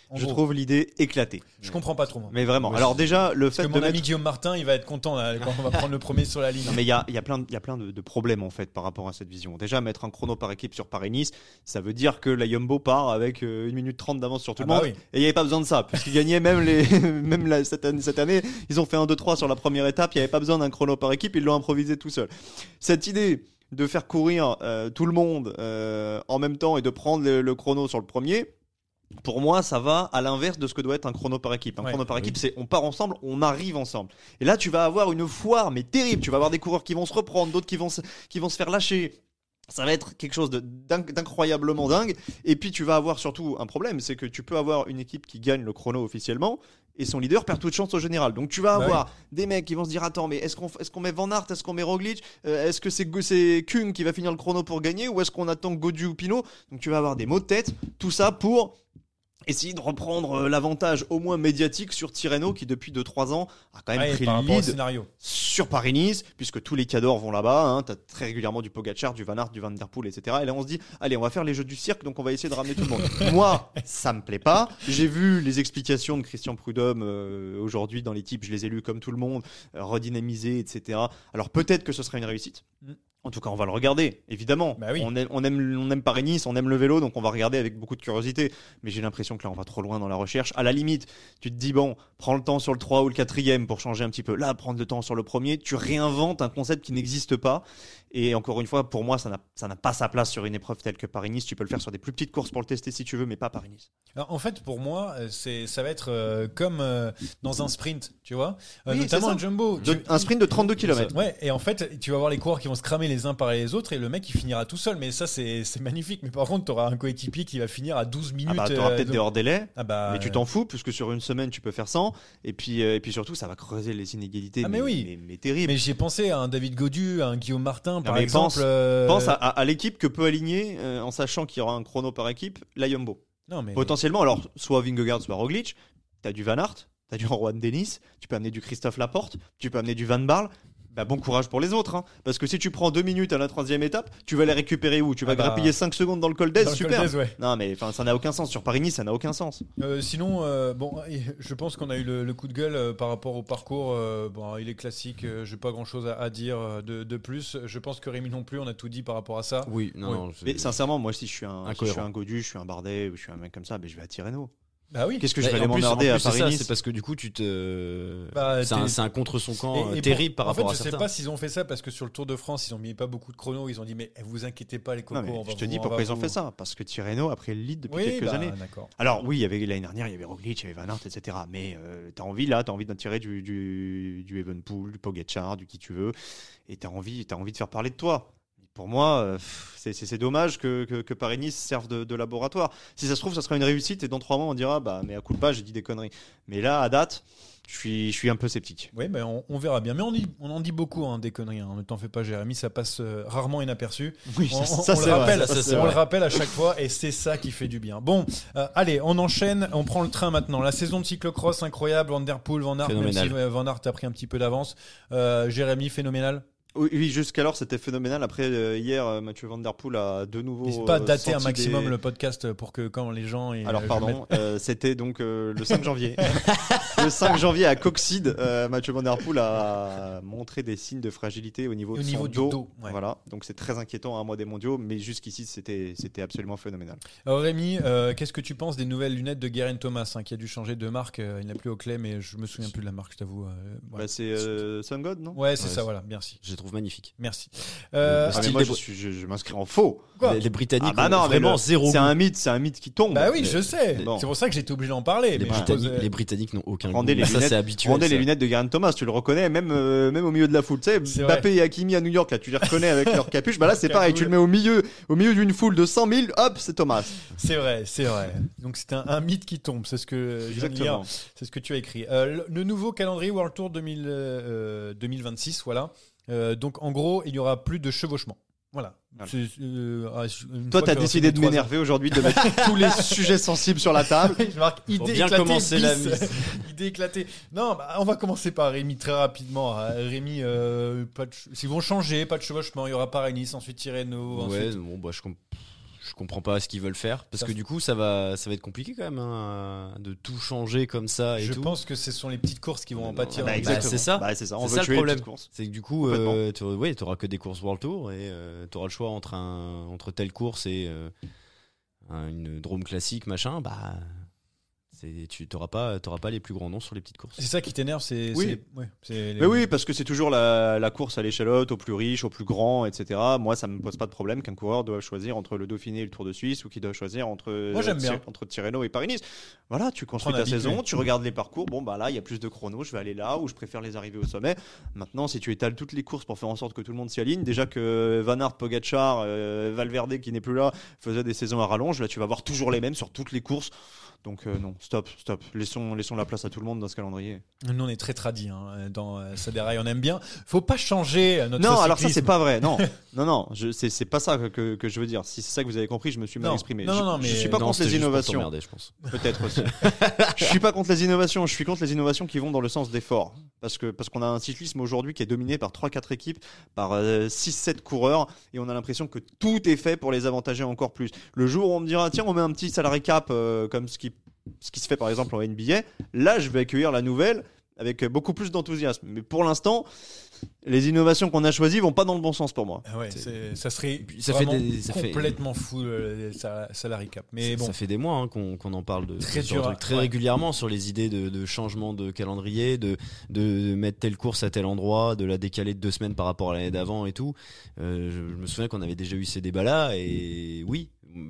En je gros. trouve l'idée éclatée. Je comprends pas trop. Moi. Mais vraiment. Moi, Alors je- déjà, le Parce fait que de mon mettre... ami Guillaume Martin, il va être content là, quand on va prendre le premier sur la ligne. Non, mais il y a, il y a plein, de, il y a plein de, de problèmes en fait par rapport à cette vision. Déjà, mettre un chrono par équipe sur Paris-Nice, ça veut dire que la Jumbo part avec euh, une minute trente d'avance sur tout Ah le bah monde. oui. Et il n'y avait pas besoin de ça, puisqu'ils gagnaient même, les, même la, cette, année, cette année. Ils ont fait un deux trois sur la première étape, il n'y avait pas besoin d'un chrono par équipe, ils l'ont improvisé tout seul. Cette idée de faire courir euh, tout le monde euh, en même temps et de prendre le, le chrono sur le premier, pour moi, ça va à l'inverse de ce que doit être un chrono par équipe. Un Ouais, chrono par oui. équipe, c'est on part ensemble, on arrive ensemble. Et là, tu vas avoir une foire, mais terrible. Tu vas avoir des coureurs qui vont se reprendre, d'autres qui vont se, qui vont se faire lâcher. Ça va être quelque chose de d'inc- d'incroyablement dingue. Et puis, tu vas avoir surtout un problème, c'est que tu peux avoir une équipe qui gagne le chrono officiellement et son leader perd toute chance au général. Donc, tu vas Bah avoir des mecs qui vont se dire attends, mais est-ce qu'on est-ce qu'on met Van Aert, est-ce qu'on met Roglic, Euh, est-ce que c'est c'est Kung qui va finir le chrono pour gagner ou est-ce qu'on attend Gaudu ou Pinot? Donc, tu vas avoir des maux de tête. Tout ça pour essayer de reprendre euh, l'avantage au moins médiatique sur Tirreno qui depuis deux trois ans a quand même Ouais, pris par le rapport au lead scénario. sur Paris-Nice, puisque tous les cadors vont là-bas, hein, t'as très régulièrement du Pogacar, du Van Aert, du Van Der Poel, et cetera. Et là on se dit, allez, on va faire les jeux du cirque, donc on va essayer de ramener tout le monde. Moi, ça me plaît pas. J'ai vu les explications de Christian Prudhomme euh, aujourd'hui dans l'équipe, je les ai lues comme tout le monde, euh, redynamisées, et cetera. Alors peut-être que ce sera une réussite. Mm. En tout cas, on va le regarder, évidemment. Bah oui. on, aime, on, aime, on aime Paris-Nice, on aime le vélo, donc on va regarder avec beaucoup de curiosité. Mais j'ai l'impression que là, on va trop loin dans la recherche. À la limite, tu te dis, bon, prends le temps sur le trois ou le quatrième pour changer un petit peu. Là, prendre le temps sur le premier, tu réinventes un concept qui n'existe pas. Et encore une fois, pour moi, ça n'a, ça n'a pas sa place sur une épreuve telle que Paris-Nice. Tu peux le faire sur des plus petites courses pour le tester si tu veux, mais pas Paris-Nice. Alors, en fait, pour moi, euh, c'est, ça va être euh, comme euh, dans un sprint, tu vois, Euh, Oui, notamment c'est ça. un jumbo. De- Tu- un sprint de trente-deux kilomètres. Ouais, et en fait, tu vas voir les coureurs qui vont se cramer les uns par les autres et le mec il finira tout seul. Mais ça, c'est, c'est magnifique. Mais par contre, tu auras un coéquipier qui va finir à douze minutes. Ah bah, t'auras euh, peut-être donc- des hors-délais. Ah bah, Mais tu t'en fous, puisque sur une semaine, tu peux faire cent. Et puis, euh, et puis surtout, ça va creuser les inégalités. Ah, mais oui. Mais, mais terrible. Mais j'ai pensé à un David Gaudu, à un Guillaume Martin, par mais exemple. pense- euh, Pense à, à- à l'équipe que peut aligner, euh, en sachant qu'il y aura un chrono par équipe, la Jumbo. Non, mais... Potentiellement, alors, soit Vingegaard, soit Roglic. T'as du Van Aert, t'as du Juan Dennis, tu peux amener du Christophe Laporte, tu peux amener du Van Barle. Bah, bon courage pour les autres, hein. Parce que si tu prends deux minutes à la troisième étape, tu vas les récupérer où? Tu vas Ah bah, grappiller cinq secondes dans le col d'Aise, dans le super. Col d'Aise, ouais. Non, mais enfin, ça n'a aucun sens. Sur Paris-Nice, ça n'a aucun sens. Euh, sinon, euh, bon, je pense qu'on a eu le, le coup de gueule euh, par rapport au parcours. Euh, bon, il est classique. Euh, j'ai pas grand-chose à, à dire euh, de, de plus. Je pense que Rémi non plus. On a tout dit par rapport à ça. Oui, non, Oui. non. c'est- Mais sincèrement, moi, si je suis un, si je Incohérent. suis un Godu, je suis un Bardet, ou je suis un mec comme ça, ben, je vais à Tirreno. Bah oui. Qu'est-ce que je Bah, vais et aller en plus- m'emmerder en à plus, c'est ça, Paris-Nice? c'est parce que du coup, tu te. Bah, c'est, un, t'es- c'est un contre son camp Et- euh, et terrible pour- par rapport en fait, à je certains. sais pas s'ils ont fait ça parce que sur le Tour de France, ils ont mis pas beaucoup de chronos. Ils ont dit mais eh, vous inquiétez pas les cocos. Non, mais on va je te vous- dis on pourquoi va ils ont vous- fait ça. Parce que Tirreno a pris le lead depuis Oui, quelques bah, années. d'accord. Alors oui, il y avait l'année dernière, il y avait Roglic, il y avait Van Aert, et cetera. Mais euh, t'as envie là, t'as envie d'en tirer du du, du Evenepoel, du Pogacar, du qui tu veux, et t'as envie, t'as envie de faire parler de toi. Pour moi, euh, c'est, c'est, c'est dommage que, que, que Paris-Nice serve de, de laboratoire. Si ça se trouve, ça sera une réussite et dans trois mois, on dira, bah, mais à coup de pas, j'ai dit des conneries. Mais là, à date, je suis, je suis un peu sceptique. Oui, ben on, on verra bien. Mais on, dit, on en dit beaucoup hein, des conneries. Hein. Ne t'en fais pas, Jérémy. Ça passe euh, rarement inaperçu. Oui, On, ça, on c'est le vrai, rappelle, ça, ça, c'est on vrai. le rappelle à chaque fois et c'est ça qui fait du bien. Bon, euh, allez, on enchaîne. On prend le train maintenant. La saison de cyclocross incroyable. Van Der Poel, Van Aert, même si Phénoménal. euh, Van Aert a pris un petit peu d'avance. Euh, Jérémy, phénoménal. Oui, oui, jusqu'alors, c'était phénoménal. Après, euh, hier, euh, Mathieu Van Der Poel a de nouveau. N'hésite pas à euh, dater un senti maximum des- le podcast pour que quand les gens. aient, Alors euh, je pardon, mette- euh, c'était donc euh, le cinq janvier. Le cinq janvier à Coxide, euh, Mathieu Van Der Poel a montré des signes de fragilité au niveau Au de niveau son du dos. dos, ouais. Voilà, donc c'est très inquiétant à un mois des mondiaux, mais jusqu'ici c'était c'était absolument phénoménal. Alors Rémi, euh, qu'est-ce que tu penses des nouvelles lunettes de Geraint Thomas hein, qui a dû changer de marque. euh, il n'a plus Oakley, mais je me souviens plus de la marque, je t'avoue. euh, ouais. Bah, c'est euh, Sun God, non? Ouais, c'est Ouais, ça, c'est- voilà. Merci. Je les trouve magnifiques. Merci. Euh, Le Ah, mais style moi des je, Br- suis, je, je m'inscris en faux. Quoi les, les Britanniques Ah bah ont non, mais vraiment le- zéro c'est goût. un mythe, c'est un mythe qui tombe. Bah oui, je sais. Bon. C'est pour ça que j'ai été obligé d'en parler. Les, mais je Britanniques, pose, euh, les Britanniques n'ont aucun Rendez goût. les Ça, lunettes- c'est habituel. Rendez ça. les lunettes de Geraint Thomas, tu le reconnais même euh, même au milieu de la foule. Tu sais, C'est Mbappé et Hakimi à New York, là, tu les reconnais avec leur capuche. Bah là, c'est Cagoule. pareil, tu le mets au milieu, au milieu d'une foule de cent mille, hop, c'est Thomas. C'est vrai, c'est vrai. Donc c'est un, un mythe qui tombe. C'est ce que je viens de lire. Exactement. C'est ce que tu as écrit. Euh, le, le nouveau calendrier World Tour deux mille, euh, deux mille vingt-six, voilà. Euh, donc en gros, il y aura plus de chevauchement. Voilà. Voilà. C'est, euh, ah, une Toi, fois t'as que décidé de trois ans- m'énerver aujourd'hui, de mettre tous les sujets sensibles sur la table. Je marque idée Pour bien éclatée, commencer bis. la mise. Idée éclatée. Non, bah, on va commencer par Rémi très rapidement. Euh, Rémi, euh, pas de ch- s'ils vont changer, pas de chevauchement, il y aura Paris-Nice, ensuite Tirreno, Ouais, ensuite. bon, bah, je, comp- je comprends pas ce qu'ils veulent faire parce Ça que f- du coup ça va ça va être compliqué quand même hein, de tout changer comme ça et Je tout. pense que ce sont les petites courses qui vont en Non, pâtir. bah, en exactement. fait. c'est ça. Bah, c'est ça. On C'est veut ça le tuer les problème. petites courses. C'est que du coup Complètement. euh, tu ouais, t'auras que des courses World Tour et euh, t'auras le choix entre un entre telle course et euh, un- une Drôme classique machin bah c'est tu t'auras pas t'auras pas les plus grands noms sur les petites courses. C'est ça qui t'énerve, c'est. Oui. c'est- ouais, c'est les- Mais oui, parce que c'est toujours la, la course à l'échalote, aux plus riches, aux plus grands, et cetera. Moi, ça me pose pas de problème qu'un coureur doive choisir entre le Dauphiné et le Tour de Suisse ou qu'il doit choisir entre, Moi, j'aime euh, bien. entre Tirreno et Paris-Nice. Voilà, tu construis Prendre ta habitué. saison, tu regardes les parcours. Bon, bah là, il y a plus de chronos, je vais aller là où je préfère les arriver au sommet. Maintenant, si tu étales toutes les courses pour faire en sorte que tout le monde s'y aligne, déjà que Van Aert, Pogacar, euh, Valverde qui n'est plus là, faisait des saisons à rallonge, là, tu vas voir toujours les mêmes sur toutes les courses. Donc euh, non, stop, stop. Laissons, laissons la place à tout le monde dans ce calendrier. Nous, on est très tradis hein, dans euh, Saderail, on aime bien. Faut pas changer euh, notre Non, alors ça cyclisme. c'est pas vrai. Non, non, non. Je, c'est, c'est pas ça que, que, que je veux dire. Si c'est ça que vous avez compris, je me suis mal Non. exprimé. Non, je, non, non, mais- je suis pas Non, contre c'était les juste pour innovations. t'emmerder, je pense. Peut-être aussi. Je suis pas contre les innovations. Je suis contre les innovations qui vont dans le sens d'effort. Parce que parce qu'on a un cyclisme aujourd'hui qui est dominé par trois quatre équipes, par euh, six sept coureurs, et on a l'impression que tout est fait pour les avantager encore plus. Le jour où on me dira tiens on met un petit salary cap euh, comme ce qui ce qui se fait par exemple en N B A, là je vais accueillir la nouvelle avec beaucoup plus d'enthousiasme. Mais pour l'instant, les innovations qu'on a choisies vont pas dans le bon sens pour moi. Ah ouais, c'est- ça serait puis ça fait vraiment des- ça fait- complètement fou le sa- salary cap. Mais ça, bon, ça fait des mois hein, qu'on, qu'on en parle de, Très de ce dur, truc très ouais. régulièrement sur les idées de, de changement de calendrier, de, de mettre telle course à tel endroit, de la décaler de deux semaines par rapport à l'année d'avant et tout. Euh, je, je me souviens qu'on avait déjà eu ces débats-là et oui,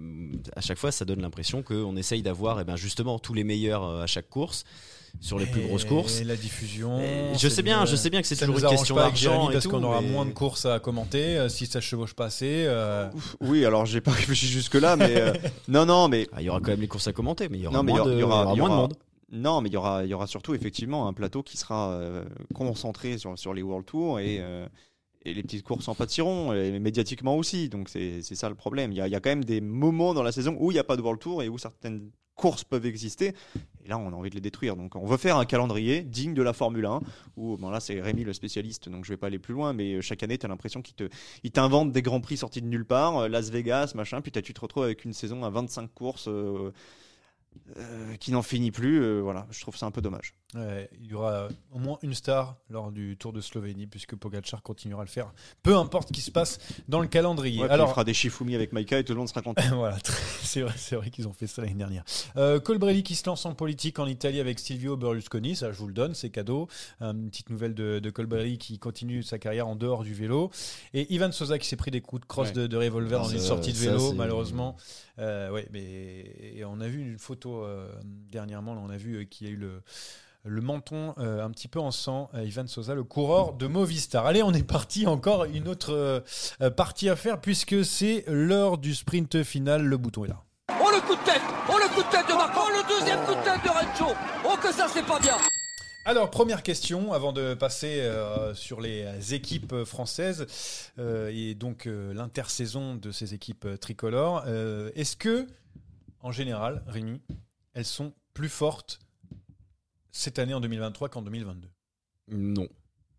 à chaque fois ça donne l'impression qu'on essaye d'avoir eh ben, justement tous les meilleurs euh, à chaque course sur les plus et grosses courses. la diffusion. Et je sais bien, mieux. je sais bien que c'est Ça toujours nous une arrange question pas avec d'argent Jérémy et parce tout, qu'on aura mais- moins de courses à commenter euh, si ça se chevauche pas assez. euh, Oui, alors j'ai pas réfléchi jusque là, mais euh, non, non, mais Ah, il y aura quand même les courses à commenter, mais il y aura non, mais moins, il y de, aura, il y moins de aura- monde. Non, mais il y aura, il y aura surtout effectivement un plateau qui sera euh, concentré sur, sur les World Tours et, euh, et les petites courses en pâtiront, et médiatiquement aussi. Donc c'est, c'est ça le problème. Il y, a, il y a quand même des moments dans la saison où il n'y a pas de World Tour et où certaines courses peuvent exister. Et là, on a envie de les détruire. Donc on veut faire un calendrier digne de la Formule un, où bon, là c'est Rémi le spécialiste, donc je vais pas aller plus loin, mais chaque année, tu as l'impression qu'il te, il t'invente des grands prix sortis de nulle part, euh, Las Vegas, machin, puis t'as- tu te retrouves avec une saison à vingt-cinq courses. Euh, Euh, qui n'en finit plus, euh, voilà, je trouve ça un peu dommage. ouais, il y aura au moins une star lors du Tour de Slovénie puisque Pogacar continuera à le faire. Peu importe ce qui se passe dans le calendrier. Ouais, Alors il fera des Shifumi avec Maïka et tout le monde sera content. voilà, très- c'est vrai, c'est vrai qu'ils ont fait ça l'année dernière. Euh, Colbrelli qui se lance en politique en Italie avec Silvio Berlusconi, ça je vous le donne, c'est cadeau. Euh, une petite nouvelle de, de Colbrelli qui continue sa carrière en dehors du vélo. Et Ivan Sosa qui s'est pris des coups de crosse Ouais. de, de revolver dans Ça, une sortie de ça, vélo, c'est- malheureusement. Euh, ouais, mais et on a vu une photo euh, dernièrement, là, on a vu euh, qu'il y a eu le le menton euh, un petit peu en sang, euh, Ivan Sosa, le coureur de Movistar. Allez, on est parti, encore une autre euh, euh, partie à faire puisque c'est l'heure du sprint final. Le bouton est là. Oh le coup de tête. Oh le coup de tête de Marco. Oh le deuxième coup de tête de Rencho. Oh que ça c'est pas bien. Alors, première question, avant de passer euh, sur les équipes françaises euh, et donc euh, l'intersaison de ces équipes euh, tricolores. Euh, est-ce que, en général, Rémi, elles sont plus fortes cette année en deux mille vingt-trois qu'en deux mille vingt-deux? Non.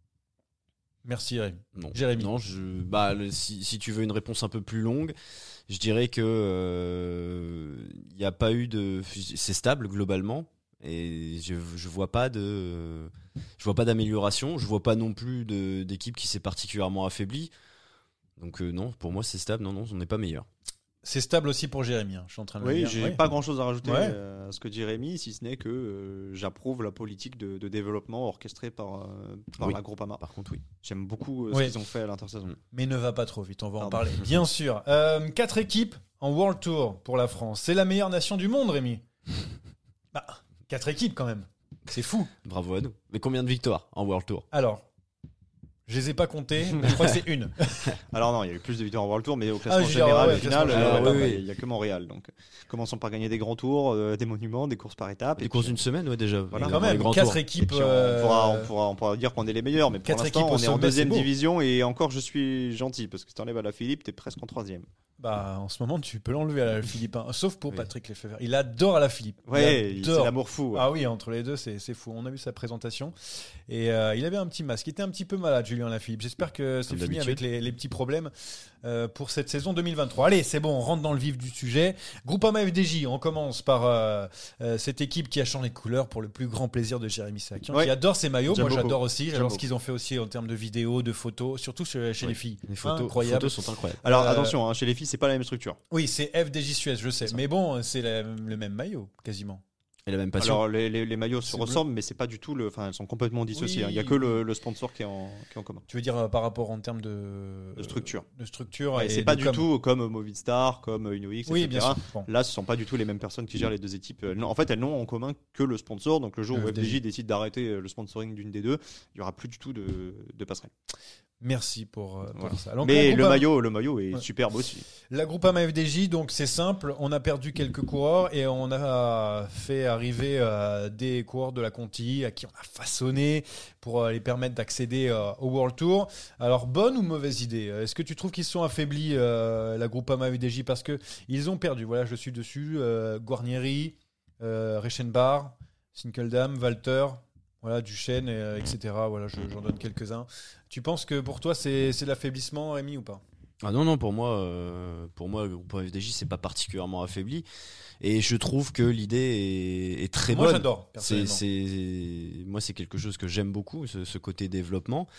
Merci Rémi. Non. Jérémy. Non, je, bah, le- si, si tu veux une réponse un peu plus longue, je dirais que il n'y a pas eu de. C'est stable globalement. Et je, je vois pas de. Je vois pas d'amélioration. Je vois pas non plus de, d'équipe qui s'est particulièrement affaiblie. Donc euh, non, pour moi c'est stable. Non, non, on n'est pas meilleur. C'est stable aussi pour Jérémy, hein, je suis en train de le Oui, dire. j'ai Ouais. pas grand chose à rajouter Ouais. euh, à ce que dit Rémi, si ce n'est que euh, j'approuve la politique de, de développement orchestrée par, euh, par Oui. la Groupama. Par contre, oui. J'aime beaucoup euh, Oui. ce qu'ils ont fait à l'intersaison. Mais ne va pas trop vite, on va en Pardon. parler, bien sûr. Euh, quatre équipes en World Tour pour la France. C'est la meilleure nation du monde, Rémi. Bah, quatre équipes quand même. C'est fou. Bravo à nous. Mais combien de victoires en World Tour? Alors, je les ai pas comptés, mais je crois que c'est une. Alors non, il y a eu plus de victoires en World Tour, mais au classement je veux dire, général, ouais, au final, classement euh, général, il oui, n'y oui. a que Montréal. Donc, commençons par gagner des grands tours, euh, des monuments, des courses par étapes. Des et courses puis, d'une semaine, ouais, déjà. Voilà. Les- Quand les même, grands quatre tours. et équipes. puis on, euh, pourra, on, pourra, on pourra dire qu'on est les meilleurs, mais pour quatre l'instant, équipes au on est en sommet, deuxième c'est beau. division et encore, je suis gentil parce que si t'enlèves à la Philippe, t'es presque en troisième. Bah, en ce moment, tu peux l'enlever à la Philippe, hein, sauf pour Oui. Patrick Lefebvre. Il adore à la Philippe. Ouais, il c'est adore. l'amour fou. ouais. Ah oui, entre les deux, c'est c'est fou. On a vu sa présentation. Et euh, il avait un petit masque. Il était un petit peu malade, Julien Lafilippe. J'espère que c'est Comme fini d'habitude. avec les, les petits problèmes. euh, pour cette saison deux mille vingt-trois. Allez, c'est bon, on rentre dans le vif du sujet. Groupama F D J, on commence par euh, euh, cette équipe qui a changé de couleur pour le plus grand plaisir de Jérémy Sakian, Ouais. qui adore ses maillots. J'aime Moi, beaucoup. j'adore aussi. J'aime J'adore ce beaucoup. qu'ils ont fait aussi en termes de vidéos, de photos, surtout chez, chez Ouais. les filles. Les photos, Incroyable. photos sont incroyables. Alors Euh, attention, hein, chez les filles, c'est pas la même structure. Oui, c'est F D J Suez, je sais. Mais bon, c'est la- le même maillot, quasiment. Et la même passion. Alors les, les, les maillots se C'est ressemblent, mais c'est pas du tout le. Enfin, elles sont complètement dissociées. Oui. hein. Il y a que le, le sponsor qui est en, qui est en commun. Tu veux dire euh, par rapport en termes de, De structure. de structure Ouais, et c'est de pas du com. tout comme Movistar, comme InnoX, Oui, et bien cetera. sûr. Bon. Là, ce sont pas du tout les mêmes personnes qui gèrent les deux équipes. Euh, non, en fait, elles n'ont en commun que le sponsor. Donc, le jour Le où F D J. F D J décide d'arrêter euh, le sponsoring d'une des deux, il y aura plus du tout de, de passerelle. Merci pour, euh, pour Voilà. ça. Donc, Mais la le Groupama- maillot, le maillot est Ouais. superbe aussi. La Groupama F D J, donc c'est simple, on a perdu quelques coureurs et on a fait arriver euh, des coureurs de la Conti à qui on a façonné pour euh, les permettre d'accéder euh, au World Tour. Alors, bonne ou mauvaise idée? Est-ce que tu trouves qu'ils se sont affaiblis, euh, la Groupama F D J, parce que ils ont perdu? Voilà, je suis dessus. Euh, Guarnieri, euh, Reichenbach, Sinkeldam, Walter. Voilà, Duchesne, euh, et cetera. Voilà, je- j'en donne quelques-uns. Tu penses que pour toi, c'est c'est de l'affaiblissement, Rémi, ou pas? Ah non, non, pour moi, euh, pour moi, le groupe F D J, c'est pas particulièrement affaibli. Et je trouve que l'idée est, est très Moi, bonne. j'adore, C'est, personnellement. c'est, moi, c'est quelque chose que j'aime beaucoup, ce, ce côté développement.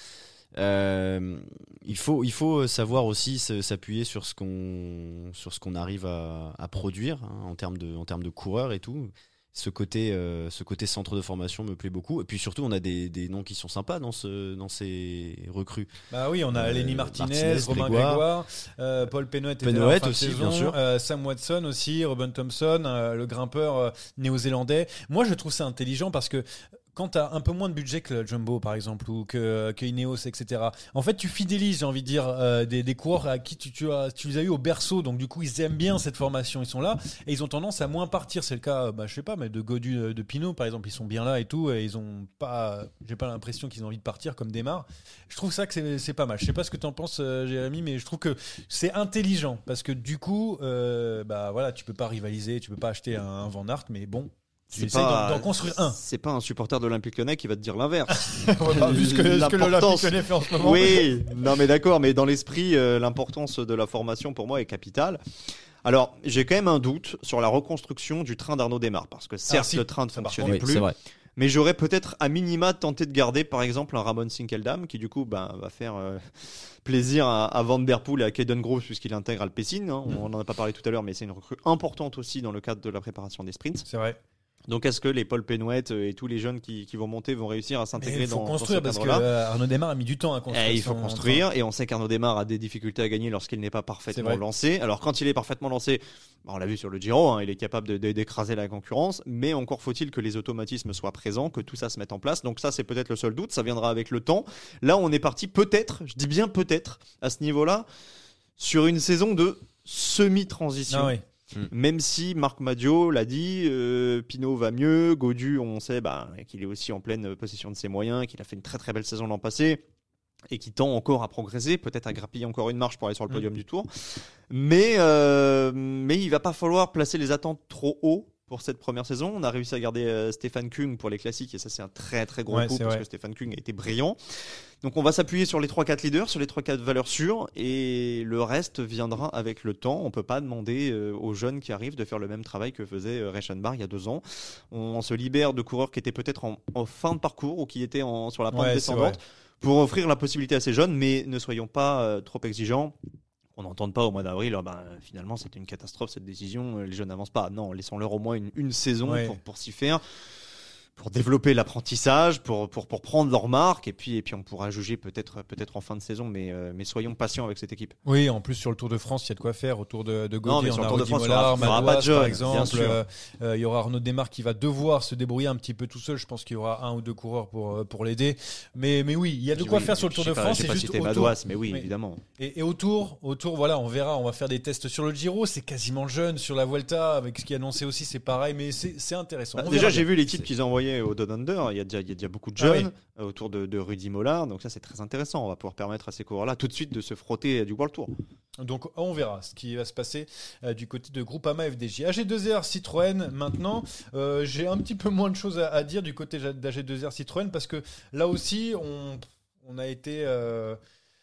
Euh, il faut, il faut savoir aussi se- s'appuyer sur ce qu'on, sur ce qu'on arrive à, à produire hein, en termes de, en termes de coureurs et tout. Ce côté, euh, ce côté centre de formation me plaît beaucoup. Et puis surtout, on a des, des noms qui sont sympas dans, ce, dans ces recrues. Bah oui, on a Euh, Lenny Martinez, Martinez, Romain Grégoire. Grégoire, euh, Paul Penouet, était là en Penouet fin de aussi, saison, bien sûr. euh, Sam Watson aussi, Ruben Thompson, euh, le grimpeur euh, néo-zélandais. Moi, je trouve ça intelligent parce que quand tu as un peu moins de budget que le Jumbo, par exemple, ou que, que Ineos, et cetera, en fait, tu fidélises, j'ai envie de dire, euh, des, des coureurs à qui tu, tu, as, tu les as eu au berceau. Donc, du coup, ils aiment bien cette formation. Ils sont là et ils ont tendance à moins partir. C'est le cas, euh, bah, je sais pas, mais de Godu, euh, de Pinot, par exemple. Ils sont bien là et tout. Et ils ont pas, j'ai pas l'impression qu'ils ont envie de partir comme Desmar. Je trouve ça que c'est, c'est pas mal. Je sais pas ce que tu en penses, euh, Jérémy, mais je trouve que c'est intelligent parce que du coup, euh, bah voilà, tu peux pas rivaliser, tu peux pas acheter un, un Van Aert, mais bon. Tu essayes d'en, d'en construire un. C'est pas un supporter de l'Olympique Lyonnais qui va te dire l'inverse. Voilà, vu ce que, ce que L'importance- l'Olympique Lyonnais fait en ce moment. Oui, non mais d'accord, mais dans l'esprit, euh, l'importance de la formation pour moi est capitale. Alors, j'ai quand même un doute sur la reconstruction du train d'Arnaud Démare, parce que certes, si, le train ne ça, par fonctionnait Oui, plus, c'est vrai. mais j'aurais peut-être à minima tenté de garder, par exemple, un Ramon Sinkeldam, qui du coup ben, va faire euh, plaisir à, à Van Der Poel et à Caden Groves, puisqu'il intègre Alpecin. Hein. On n'en a pas parlé tout à l'heure, mais c'est une recrue importante aussi dans le cadre de la préparation des sprints. C'est vrai. Donc, est-ce que les Paul Penouet et tous les jeunes qui, qui vont monter vont réussir à Mais s'intégrer il faut dans, construire dans ce parce que cadre-là euh, Arnaud Desmar a mis du temps à construire. Eh, il faut son construire, et on sait qu'Arnaud Démare a des difficultés à gagner lorsqu'il n'est pas C'est parfaitement vrai. lancé. Alors quand il est parfaitement lancé, bah, on l'a vu sur le Giro, hein, il est capable de, de- d'écraser la concurrence, mais encore faut-il que les automatismes soient présents, que tout ça se mette en place. Donc ça, c'est peut-être le seul doute, ça viendra avec le temps. Là, on est parti peut-être, je dis bien peut-être, à ce niveau-là, sur une train de semi-transition. Ah oui. Même si Marc Madio l'a dit, euh, Pinot va mieux, Godu, on sait bah, qu'il est aussi en pleine possession de ses moyens, qu'il a fait une très très belle saison l'an passé et qui tend encore à progresser, peut-être à grappiller encore une marche pour aller sur le podium Mmh. du Tour. Mais, euh, mais il va pas falloir placer les attentes trop haut pour cette première saison. On a réussi à garder euh, Stéphane Kung pour les classiques et ça c'est un très très gros Ouais, coup c'est parce vrai. que Stéphane Kung a été brillant. Donc on va s'appuyer sur les trois quatre leaders, sur les trois quatre valeurs sûres et le reste viendra avec le temps. On peut pas demander euh, aux jeunes qui arrivent de faire le même travail que faisait euh, Reichenbach il y a deux ans. On, on se libère de coureurs qui étaient peut-être en, en fin de parcours ou qui étaient en, sur la pente Ouais, c'est descendante vrai. pour offrir la possibilité à ces jeunes, mais ne soyons pas euh, trop exigeants. On n'entende pas au mois d'avril, ah ben, finalement c'était une catastrophe cette décision, euh, les jeunes n'avancent pas. Non, laissons-leur au moins une, une saison Ouais. pour, pour s'y faire, pour développer l'apprentissage, pour, pour, pour prendre leur marque, et puis, et puis on pourra juger peut-être peut-être en fin de saison, mais, euh, mais soyons patients avec cette équipe. Oui, en plus sur le Tour de France, il y a de quoi faire. Autour de, de Non, mais Gaudi, sur on le a Tour de Rudy France, il y aura- Mollard, il y aura Madouas, pas de jeunes, par bien exemple. sûr. Euh, euh, il y aura Arnaud Desmar qui va devoir se débrouiller un petit peu tout seul. Je pense qu'il y aura un ou deux coureurs pour, euh, pour l'aider. Mais, mais oui, il y a de quoi Oui, faire sur le Tour j'ai de pas- France. J'ai C'est pas juste cité autour. Madouas, mais oui, Mais- évidemment. Et, et autour, autour, voilà, on verra. On va faire des tests sur le Giro. C'est quasiment jeune sur la Vuelta, avec ce qui est annoncé aussi, c'est pareil. Mais c'est, c'est intéressant. Bah, On déjà, verra j'ai bien. vu l'équipe qu'ils ont envoyée au Down Under. Il y a déjà, il y a déjà beaucoup de Ah jeunes oui. euh, autour de, de Rudy Mollard. Donc ça, c'est très intéressant. On va pouvoir permettre à ces coureurs-là tout de suite de se frotter du World Tour. Donc on verra ce qui va se passer euh, du côté de Groupama F D J. A G deux R Citroën maintenant, euh, j'ai un petit peu moins de choses à, à dire du côté d'A G deux R Citroën parce que là aussi on, on a été... Euh,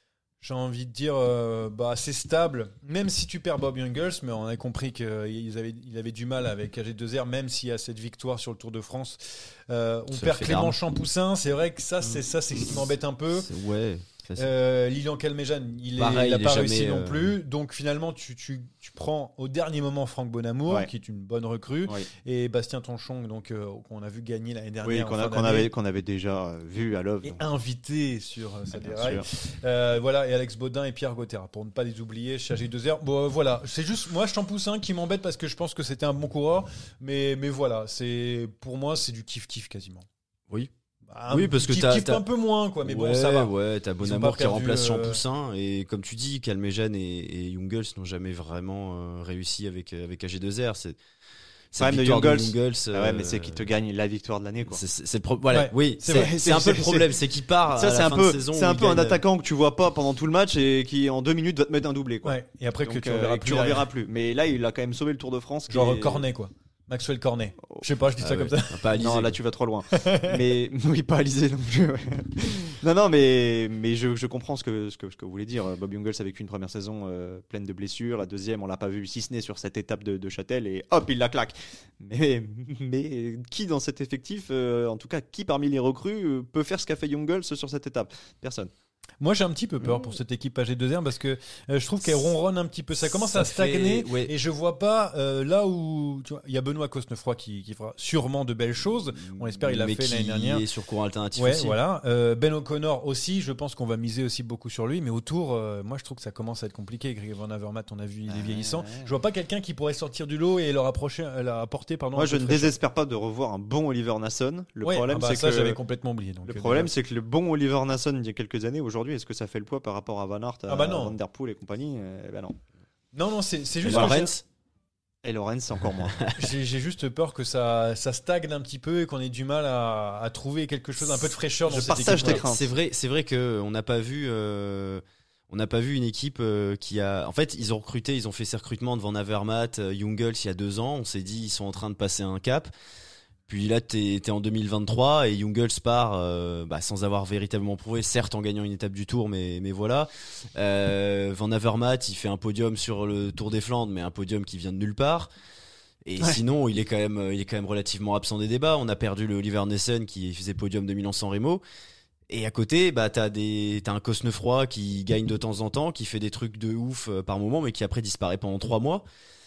j'ai envie de dire, euh, bah, assez stable, même si tu perds Bob Jungels, mais on a compris qu'il avait, il avait du mal avec A G deux R, même s'il y a cette victoire sur le Tour de France. Euh, on Ça perd fait Clément d'armes. Champoussin, c'est vrai que ça, c'est, ça, c'est ce qui m'embête un peu. C'est- Ouais. ça, c'est- Euh, Lilian Calmejane, il n'a Pareil, il est pas jamais, réussi non euh, plus. Donc finalement, tu, tu, tu prends au dernier moment Franck Bonamour, Ouais. qui est une bonne recrue, Oui. et Bastien Tonchon, donc, euh, qu'on a vu gagner l'année Oui, dernière. qu'on, en a- fin qu'on d'année. avait, qu'on avait déjà euh, vu à l'œuvre. Et donc. invité sur euh, sa Bien déraille. sûr. Euh, voilà, et Alex Baudin et Pierre Gautera, pour ne pas les oublier chez A G deux R. Bon, euh, voilà, c'est juste moi, Champoussin qui m'embête parce que je pense que c'était un bon coureur, mais, mais voilà, c'est, pour moi, c'est du kiff-kiff quasiment. Oui. Bah, Oui, parce que kiff, t'as- kiff t'as- un peu moins, quoi, mais ouais, bon, ça va. Ouais, t'as Ils ont Bonamour pas qui perdu, remplace euh, Champoussin. Et comme tu dis, Calmejane et, et Jungels n'ont jamais vraiment euh, réussi avec, avec A G deux R. C'est, Le problème de victoire de Jungels, Jungels, Ah ouais, mais euh, c'est qui te gagne la victoire de l'année, quoi. C'est, c'est- c'est le pro- voilà, Ouais, oui, c'est c'est, vrai. c'est un peu le C'est- problème, c'est qu'il part Ça, à c'est la un fin peu, de saison. c'est où un il peu un gagne- attaquant que tu vois pas pendant tout le match et qui en deux minutes va te mettre un doublé, quoi. Ouais, et après que Donc, tu euh, reverras et que plus. tu derrière. reverras plus. Mais là, il a quand même sauvé le Tour de France. qui Genre est- Cornet, quoi. Maxwell Cornet. Je sais pas, je dis Ah ça ouais, comme ça. Pas Alizé, Non, là quoi. tu vas trop loin. mais oui, pas Alizé non plus. Ouais. non, non, mais mais je, je comprends ce que ce que ce que vous voulez dire. Bob Jungels a vécu une première saison euh, pleine de blessures, la deuxième on l'a pas vu si ce n'est sur cette étape de, de Châtel et hop il la claque. Mais mais qui dans cet effectif, euh, en tout cas qui parmi les recrues euh, peut faire ce qu'a fait Jungels sur cette étape? Personne. Moi, j'ai un petit peu peur pour cette équipe A G deux R parce que euh, je trouve qu'elle ronronne un petit peu. Ça commence Ça à stagner fait- ouais. et je vois pas euh, là où tu vois, il y a Benoît Cosnefroy qui, qui fera sûrement de belles choses. On espère, il l'a Mais fait qui l'année dernière. est sur courant alternatif Ouais, aussi. voilà. Euh, Ben O'Connor aussi, je pense qu'on va miser aussi beaucoup sur lui, mais autour, euh, moi je trouve que ça commence à être compliqué. Greg Van Avermaet, on a vu, il est vieillissant. ouais. Je vois pas quelqu'un qui pourrait sortir du lot et leur approcher, euh, leur apporter, pardon. Moi un je peu ne de fraîcheur. désespère pas de revoir un bon Oliver Nason. Le Ouais, problème ah bah, c'est ça, que j'avais complètement oublié. Donc, le euh, problème, déjà. c'est que le bon Oliver Nason il y a quelques années, aujourd'hui, est-ce que ça fait le poids par rapport à Van Aert, à Ah bah non. Van Der Poel et compagnie? Eh ben non. non, non, c'est c'est Et juste. que j'ai- Lorenz, Et Lorenz, c'est encore moins. J'ai j'ai juste peur que ça, ça stagne un petit peu et qu'on ait du mal à, à trouver quelque chose, un peu de fraîcheur dans Je cette partage équipe. tes craintes. c'est vrai, c'est vrai que on n'a pas vu, euh, on n'a pas vu une équipe euh, qui a. En fait, ils ont recruté, ils ont fait ces recrutements de Van Avermaet, euh, Jungels il y a deux ans. On s'est dit, ils sont en train de passer un cap. Puis là, t'es, t'es en deux mille vingt-trois et Jungels part euh, bah, sans avoir véritablement prouvé, certes en gagnant une étape du Tour, mais, mais voilà. Euh, Van Avermaet, il fait un podium sur le Tour des Flandres, mais un podium qui vient de nulle part. Et Ouais. sinon, il est quand même, il est quand même relativement absent des débats. On a perdu le Oliver Nessen qui faisait podium de Milan-San Remo. Et à côté, bah, t'as des, t'as un Cosnefroy qui gagne de temps en temps, qui fait des trucs de ouf euh, par moment, mais qui après disparaît pendant trois mois.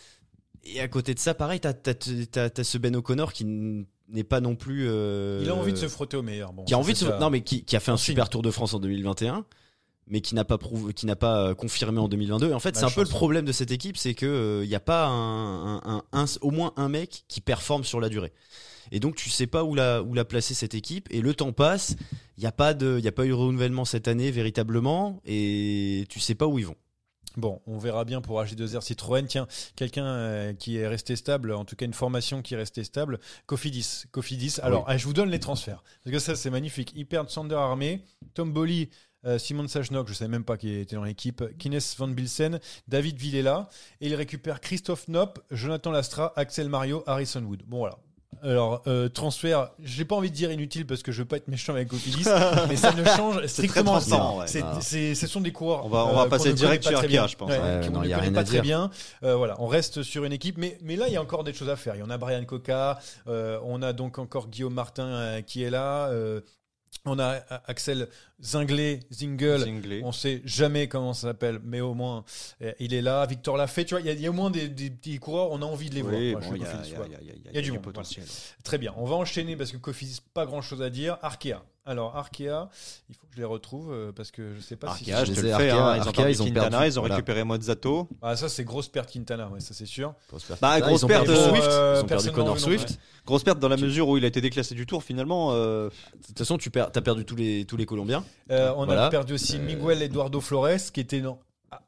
Et à côté de ça, pareil, t'as, t'as, t'as, t'as ce Ben O'Connor qui n- n'est pas non plus. euh, Il a envie de se frotter au meilleur. Bon, qui a ça, envie de c'est se, ça. non mais qui, qui a fait un On signe. super Tour de France en deux mille vingt et un, mais qui n'a pas prouvé, qui n'a pas euh, confirmé en deux mille vingt-deux. Et en fait, c'est un peu le Malchance. problème de cette équipe, c'est que il y a pas un, un, un- un- au moins un mec qui performe sur la durée. Et donc tu sais pas où la où la placer cette équipe. Et le temps passe, il y a pas de, il y a pas eu de renouvellement cette année véritablement, et tu sais pas où ils vont. Bon, on verra bien pour A G deux R Citroën. Tiens, quelqu'un euh, qui est resté stable, en tout cas une formation qui est restée stable, Cofidis. Cofidis. Alors, ah, je vous donne les transferts. Parce que ça, c'est magnifique. Ils perdent Sander Armé, Tom Bolly, euh, Simon Sajnok, je ne savais même pas qu'il était dans l'équipe, Kines Van Bilsen, David Villela. Et ils récupèrent Christophe Knopp, Jonathan Lastra, Axel Mario, Harrison Wood. Bon, voilà. Alors, euh, transfert, j'ai pas envie de dire inutile parce que je veux pas être méchant avec Cofidis, mais ça ne change strictement rien. transparent, ouais. C'est- Ah. c'est- Ce sont des coureurs. On va- on va qu'on passer ne direct connaît pas sur très bien. Arkea, je pense. Ouais, Ouais, qu'on non, ne y a connaît rien pas à très dire. bien. Euh, voilà, on reste sur une équipe, mais, mais là, il y a encore des choses à faire. Il y en a Brian Coca, euh, on a donc encore Guillaume Martin euh, qui est là. euh, On a Axel Zinglet, Zingle. Zinglé. On sait jamais comment ça s'appelle, mais au moins euh, il est là. Victor Lafay, tu vois, il y, a- il y a au moins des, des petits coureurs, on a envie de les Oui, voir. bon, Moi, il je y a, Cofidis, il y a- voilà. il y a- il y a- Il y a du monde, potentiel. Très bien, on va enchaîner parce que Cofidis, pas grand chose à dire. Arkea. Alors, Arkea, il faut que je les retrouve euh, parce que je sais pas si. Arkea, je Je te les le ai, fais. Arkea, hein, Ils ont Arkea, perdu ils ont Quintana, perdu, ils ont voilà. récupéré Mozzato. Ah, ça, c'est grosse perte Quintana, ouais, ça c'est sûr. Bah, Là, grosse ils ont perte, perdu euh, Swift, ils ont personne perdu n'en Connor veut non Swift. plus. Grosse perte dans la mesure où il a été déclassé du Tour finalement. euh, De toute façon, tu perds, t'as perdu tous les tous les Colombiens. Euh, on Voilà. a perdu aussi Miguel Eduardo Flores qui était dans-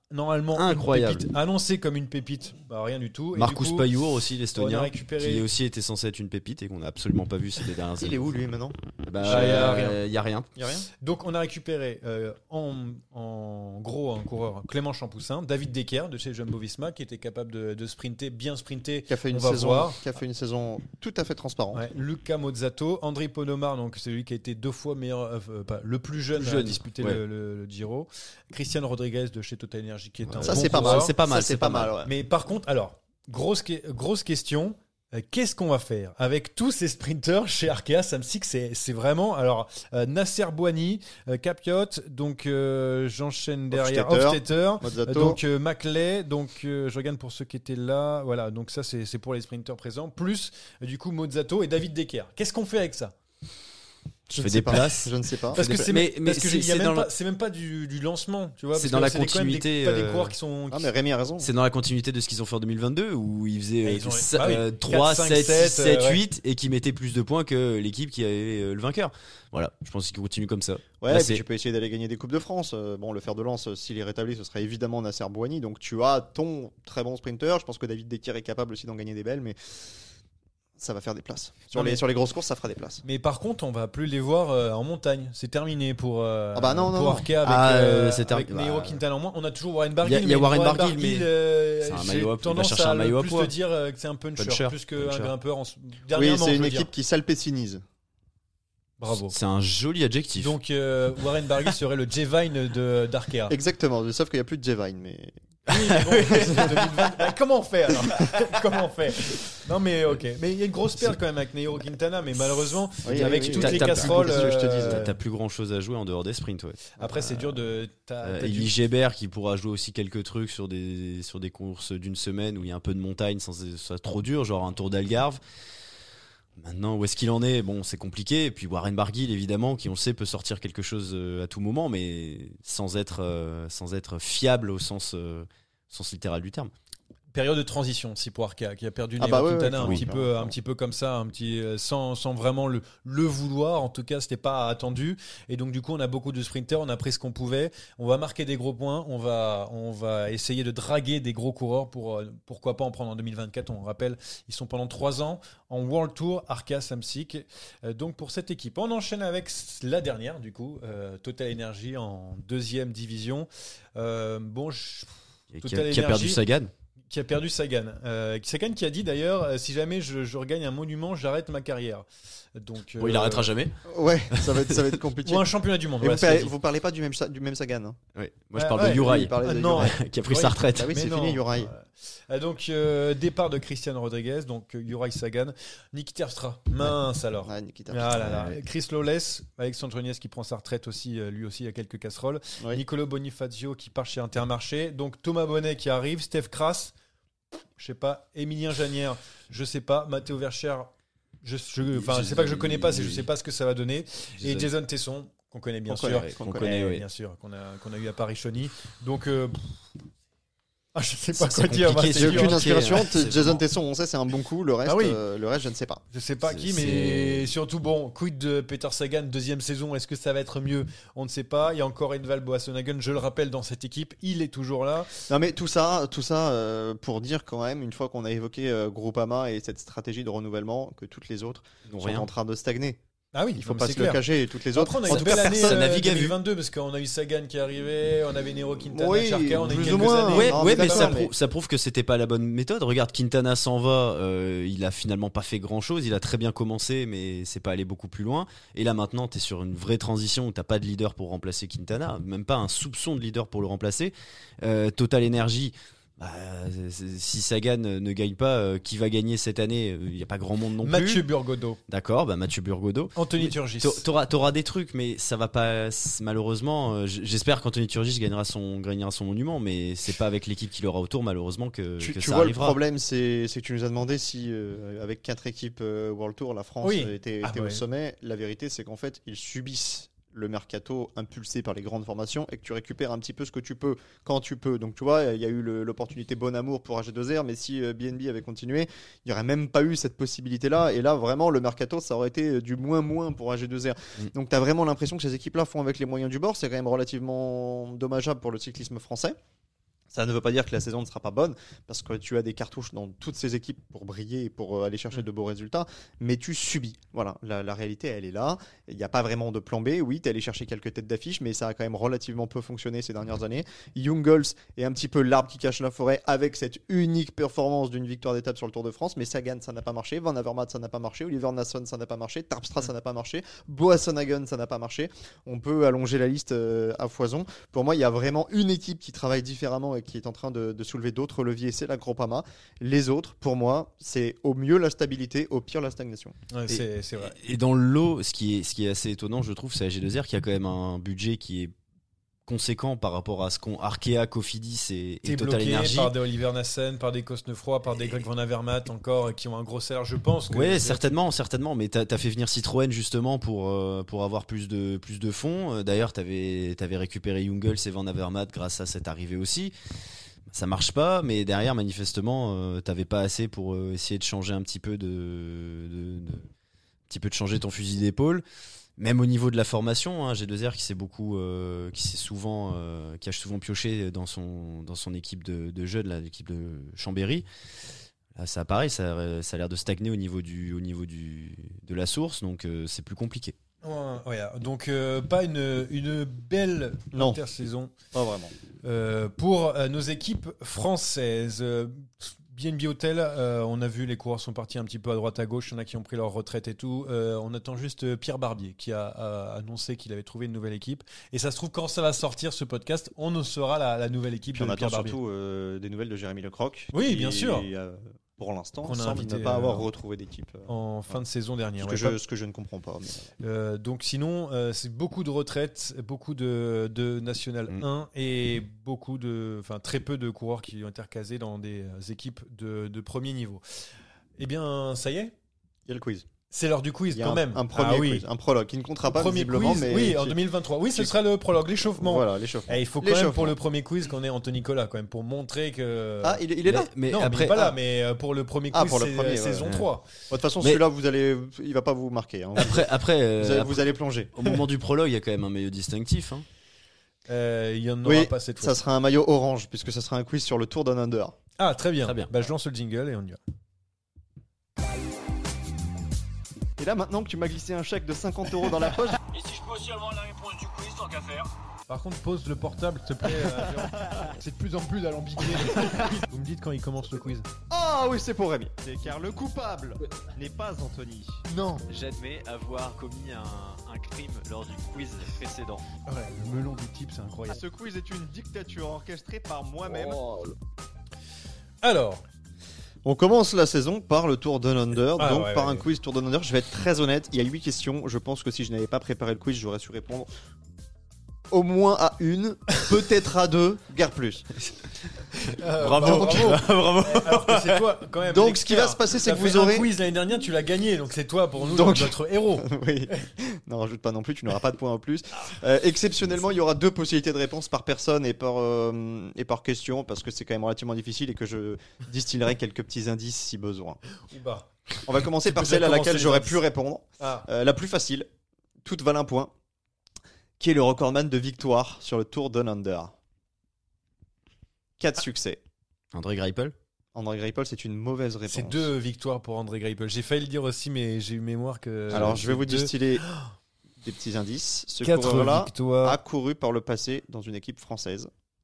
normalement Incroyable. une pépite, annoncé comme une pépite, bah, rien du tout. Et Marcus du coup, Payour aussi, on a l'Estonien, récupéré- qui aussi était censé être une pépite et qu'on n'a absolument pas vu ces deux dernières Il années. est où lui maintenant? Bah, Ah, y a euh, rien. y a rien. Il y a rien. Donc on a récupéré euh, en, en gros un coureur Clément Champoussin, David Decker de chez Jumbo-Visma qui était capable de, de sprinter, bien sprinter. Qui a fait une on va saison, voir. qui a fait une saison tout à fait transparente. Ouais, Luca Mozzato, André Ponomar, donc c'est lui qui a été deux fois meilleur, euh, euh, pas, le plus jeune, Plus à jeune, disputer ouais. le, le- le Giro. Christian Rodriguez de chez Total Energy qui est un Ça bon c'est pas coureur. mal. C'est pas mal, Ça, c'est c'est pas pas mal. ouais. Mais par contre, alors grosse que- grosse question. euh, Qu'est-ce qu'on va faire avec tous ces sprinters chez Arkea Samsic? C'est c'est vraiment alors euh, Nasser Bouhanni, euh, Capiot, donc euh, j'enchaîne derrière Hofstetter, Hofstetter, Mozzato. euh, donc euh, Maclay, donc euh, je regarde pour ceux qui étaient là, voilà, donc ça c'est c'est pour les sprinters présents, plus euh, du coup Mozzato et David Decker. Qu'est-ce qu'on fait avec ça? Je Je fais ne des sais pas. places. Je ne sais pas. Parce que des- c'est mais- mais, mais parce que c'est- il y a c'est même dans pas- la- c'est même pas du, du lancement, tu vois. C'est parce dans que la des- quand même des- continuité, pas des euh, coureurs qui sont. Ah qui- mais Rémi a raison. C'est dans la continuité de ce qu'ils ont fait en deux mille vingt-deux où ils faisaient Ah, euh, ils ont- sa- bah oui, euh, trois, quatre, cinq, sept, sept, six, sept, euh, ouais. huit et qui mettaient plus de points que l'équipe qui avait euh, le vainqueur. Voilà, je pense qu'ils continuent comme ça. Ouais, Là, et c'est- puis tu peux essayer d'aller gagner des Coupes de France. Euh, bon, le fer de lance, euh, s'il est rétabli, ce sera évidemment Nasser Bouhanni. Donc tu as ton très bon sprinter. Je pense que David Decker est capable aussi d'en gagner des belles, mais ça va faire des places. Sur, Non, les, mais- sur les grosses courses, ça fera des places. Mais par contre, on va plus les voir euh, en montagne. C'est terminé pour, euh, Ah bah non, non, pour non. Arkea avec, Ah, euh, euh, c'est terminé. avec Nairo Bah, Quintana en moins. On a toujours Warren Barguil. Il y a- il y a mais Warren Barguil, mais euh, c'est un j'ai maillot à- il va tendance chercher à un maillot le à plus poids. te dire euh, que c'est un puncher, Puncher, plus qu'un puncher. grimpeur. En... Oui, Dernièrement, c'est je une veux équipe dire. qui s'alpécinise. Bravo. C'est un joli adjectif. Donc euh, Warren Barguil serait le J-Vine de- d'Arkea. Exactement, sauf qu'il n'y a plus de J-Vine. Mais... Oui, mais bon, deux mille vingt. Bah, comment on fait alors? Comment on fait? Non mais ok, mais il y a une grosse perte quand même avec Nairo Quintana, mais malheureusement Oui, avec oui, oui. toutes T'as- les t'as plus- casseroles. qu'est-ce que je te dis, euh, T'as t'as plus grand chose à jouer en dehors des sprints. Ouais. Après c'est dur de. t'as- Euh, t'as du- Elie Gébert qui pourra jouer aussi quelques trucs sur des, sur des courses d'une semaine où il y a un peu de montagne sans que ce soit trop dur, genre un Tour d'Algarve. Maintenant, où est-ce qu'il en est? Bon, c'est compliqué. Et puis Warren Barguil, évidemment, qui on le sait peut sortir quelque chose euh, à tout moment, mais sans être, euh, sans être fiable au sens, euh, sens littéral du terme. Période de transition, si pour Arkea, qui a perdu Ah Nairo bah ouais, Quintana ouais, un, oui, petit clairement. peu, un petit peu comme ça, un petit, euh, sans, sans vraiment le, le vouloir. En tout cas, c'était pas attendu. Et donc, du coup, on a beaucoup de sprinters, on a pris ce qu'on pouvait. On va marquer des gros points. On va, on va essayer de draguer des gros coureurs pour, euh, pourquoi pas en prendre en deux mille vingt-quatre. On rappelle, ils sont pendant trois ans en World Tour, Arkea Samsic. Euh, donc, pour cette équipe, on enchaîne avec la dernière, du coup, euh, Total Energy en deuxième division. Euh, bon, je- Et qui, Total a, qui a perdu Energy. Sagan. qui a perdu Sagan. Euh, Sagan qui a dit d'ailleurs, euh, si jamais je, je regagne un monument, j'arrête ma carrière. Donc, Bon, il euh, arrêtera jamais. Ouais, ça va être, ça va être compliqué. Ou un championnat du monde. Et voilà, vous, c'est parlez, dit. vous parlez pas du même, sa- du même Sagan. Hein. Ouais. Moi, je Ah, parle ouais, de Uri, il parlait Ah, de non. Uri. qui a pris Uri. sa retraite. Ah oui, Mais c'est non. fini, Uri. Euh, donc, euh, départ de Christian Rodriguez, donc euh, Juraj Sagan, Niki Terpstra. Mince alors. Ouais, Nikita. Ah là là. Ouais. Chris Lawless, Alexandre Jognès qui prend sa retraite aussi, euh, lui aussi il y a quelques casseroles. Oui. Nicolo Bonifazio qui part chez Intermarché. Donc Thomas Bonnet qui arrive, Steph Kras, je sais pas, Émilien Janière, je sais pas, Matteo Vercher, je, je, enfin, je sais pas que je connais pas, c'est je sais pas ce que ça va donner. Et Jason Tesson, qu'on connaît bien Qu'on sûr, connaît, qu'on qu'on connaît, connaît, oui. bien sûr, qu'on a, qu'on a eu à Paris-Chauny. Donc, euh, pff, ah, je sais pas C'est- quoi c'est dire. moi, compliqué, c'est J'ai c'est dur. aucune compliqué, inspiration. hein. C'est Jason vraiment- Tesson, on sait, c'est un bon coup. Le reste, Ah oui. euh, le reste, je ne sais pas. Je sais pas C'est- qui, mais c'est- surtout, bon, quid de Peter Sagan, deuxième saison, est-ce que ça va être mieux? On ne sait pas. Il y a encore Enval Boassonagen, je le rappelle, dans cette équipe, il est toujours là. Non, mais tout ça, tout ça euh, pour dire quand même, une fois qu'on a évoqué euh, Groupama et cette stratégie de renouvellement, que toutes les autres Ils n'ont sont rien. en train de stagner. Ah oui, Il faut non, pas mais se c'est le clair. cacher. Et toutes les autres. Après, on a en une tout belle cas, année personne euh, navigue à deux mille vue. vingt-deux parce qu'on a eu Sagan qui arrivait, on avait Nero Quintana, Oui, Charquet, on a eu plus quelques ou moins. années. Ouais, Non, ouais, mais mais pas ça, mal, prou- mais- ça prouve que c'était pas la bonne méthode. Regarde, Quintana s'en va, euh, il a finalement pas fait grand chose. Il a très bien commencé, mais c'est pas allé beaucoup plus loin. Et là maintenant, t'es sur une vraie transition où t'as pas de leader pour remplacer Quintana, même pas un soupçon de leader pour le remplacer. Euh, Total Energy. Bah, c'est- c'est- si Sagan ne gagne pas, euh, qui va gagner cette année? Il n'y a pas grand monde non Mathieu plus. Burgodeau, D'accord, bah Mathieu Burgodeau. Anthony Turgis. T'a- T'auras, t'auras des trucs, mais ça va pas. Malheureusement, euh, j- j'espère qu'Anthony Turgis gagnera son, gagnera son monument, mais c'est pas avec l'équipe qu'il aura autour, malheureusement, que, Tu, que tu ça vois, arrivera. le problème, c'est c'est que tu nous as demandé si, euh, avec quatre équipes euh, World Tour, la France Oui. était, Ah était bah au oui. sommet. La vérité, c'est qu'en fait, ils subissent le mercato impulsé par les grandes formations et que tu récupères un petit peu ce que tu peux quand tu peux. Donc tu vois, il y a eu le- l'opportunité Bon Amour pour A G deux R, mais si euh, B N B avait continué, il n'y aurait même pas eu cette possibilité-là. Et là, vraiment, le mercato, ça aurait été du moins-moins pour A G deux R. Mm. Donc tu as vraiment l'impression que ces équipes-là font avec les moyens du bord. C'est quand même relativement dommageable pour le cyclisme français. Ça ne veut pas dire que la saison ne sera pas bonne, parce que tu as des cartouches dans toutes ces équipes pour briller et pour euh, aller chercher de beaux résultats, mais tu subis. Voilà, la, la réalité, elle est là. Il n'y a pas vraiment de plan B. Oui, tu es allé chercher quelques têtes d'affiche, mais ça a quand même relativement peu fonctionné ces dernières années. Jungels est un petit peu l'arbre qui cache la forêt avec cette unique performance d'une victoire d'étape sur le Tour de France, mais Sagan, ça n'a pas marché. Van Avermaet, ça n'a pas marché. Oliver Naasson, ça n'a pas marché. Terpstra, ça n'a pas marché. Boasson-Hagen, ça n'a pas marché. On peut allonger la liste euh, à foison. Pour moi, il y a vraiment une équipe qui travaille différemment et qui est en train de, de soulever d'autres leviers, c'est la Groupama. Les autres, pour moi, c'est au mieux la stabilité, au pire la stagnation. Ouais, Et- c'est, c'est vrai. Et dans le lot, ce qui est, ce qui est assez étonnant, je trouve, c'est A G deux R qui a quand même un budget qui est conséquent par rapport à ce qu'ont Arkea, Cofidis et, et T'es Total bloqué Energy. par des Oliver Nassen, par des Cosnefroy, par des Greg Van Avermaet encore, qui ont un gros salaire, je pense. Que Ouais, c'est- certainement, certainement. Mais t'as as fait venir Citroën justement pour euh, pour avoir plus de plus de fonds. Euh, D'ailleurs, t'avais t'avais récupéré Jungels et Van Avermaet grâce à cette arrivée aussi. Ça marche pas, mais derrière, manifestement, euh, t'avais pas assez pour euh, essayer de changer un petit peu de, de, de- un petit peu de changer ton fusil d'épaule. Même au niveau de la formation, hein, G deux R qui s'est beaucoup, euh, qui s'est souvent, euh, qui a souvent pioché dans son dans son équipe de, de jeunes, là, l'équipe de Chambéry. Là, ça pareil, ça, ça a l'air de stagner au niveau du, au niveau du, de la source, donc euh, c'est plus compliqué. Ouais, ouais, donc euh, pas une, une belle Non. intersaison Pas vraiment. euh, pour euh, nos équipes françaises. Euh, B and B Hotel, euh, on a vu les coureurs sont partis un petit peu à droite à gauche, il y en a qui ont pris leur retraite et tout. Euh, on attend juste euh, Pierre Barbier qui a, a annoncé qu'il avait trouvé une nouvelle équipe. Et ça se trouve, quand ça va sortir ce podcast, on nous saura la, la nouvelle équipe Puis on de attend Pierre Barbier. surtout euh, des nouvelles de Jérémy Lecroc. Oui, qui, bien sûr. euh, pour l'instant, Qu'on a semble invité, ne pas avoir euh, retrouvé d'équipe. euh, En fin de saison dernière. ce, ouais, que pas- je, ce que je ne comprends pas. mais- Euh, donc sinon, euh, c'est beaucoup de retraites, beaucoup de, de National Mm. un et beaucoup de, enfin très peu de coureurs qui ont été recasés dans des euh, équipes de, de premier niveau. Eh bien, ça y est, Il y a le quiz. c'est l'heure du quiz Il y a quand un, même. un premier Ah oui. quiz, un prologue qui ne comptera pas Premier visiblement, quiz, mais oui, qui- en deux mille vingt-trois. Oui, ce qui- sera le prologue, l'échauffement. Voilà, l'échauffement. Et il faut quand même L'échauffement. pour le premier quiz qu'on est Anthony Nicolas quand même pour montrer que. Ah, il, est- il est là. Mais, mais non, après, mais pas là, ah. mais euh, pour le premier quiz, Ah, pour le c'est premier, euh, ouais, saison ouais. trois. De toute façon, Mais- celui-là, vous allez, il va pas vous marquer. hein. après, après, euh, vous, allez, après, vous allez plonger. au moment du prologue, il y a quand même un maillot distinctif. Hein. Euh, Il y en aura Oui, pas cette fois. ça sera un maillot orange puisque ça sera un quiz sur le Tour Down Under. Ah, très bien. Très bien. Bah, je lance le jingle et on y va. Et là, maintenant que tu m'as glissé un chèque de cinquante euros dans la poche, Et si je peux aussi avoir la réponse du quiz, tant qu'à faire. Par contre, pose le portable, s'il te plaît. euh, Léon. C'est de plus en plus alambiqué. Vous me dites quand il commence le quiz. ah oui, c'est pour Rémi. C'est car le coupable n'est pas Anthony. Non. J'admets avoir commis un, un crime lors du quiz précédent. Ouais, le melon du type, c'est incroyable. Ce quiz est une dictature orchestrée par moi-même. Alors, On commence la saison par le Tour Down Under, Ah, donc ouais, par ouais, un ouais. quiz Tour Down Under. Je vais être très honnête, il y a huit questions. Je pense que si je n'avais pas préparé le quiz, j'aurais su répondre au moins à une, peut-être à deux, guère plus. euh, Bravo. bah, bravo. Alors que c'est toi, quand même. Donc, ce qui l'expert. va se passer, c'est T'as que vous fait un aurez- quiz l'année dernière, tu l'as gagné, donc c'est toi pour nous Donc- notre héros. Oui, n'en rajoute pas non plus, tu n'auras pas de points en plus. Euh, exceptionnellement, il y aura deux possibilités de réponse par personne et par, euh, et par question, parce que c'est quand même relativement difficile et que je distillerai quelques petits indices si besoin. Ou bah. On va commencer Tu par peux celle à déjà laquelle commencer les j'aurais indices. pu répondre. Ah. Euh, la plus facile, toute valent un point. Qui est le recordman de victoire sur le Tour Down Under? Quatre succès. André Greipel. André Greipel, c'est une mauvaise réponse. C'est deux victoires pour André Greipel. J'ai failli le dire aussi, mais j'ai eu mémoire que. Alors, je vais c'est vous deux- distiller des petits indices. Ce Quatre coureur-là victoires. a couru par le passé dans une équipe française.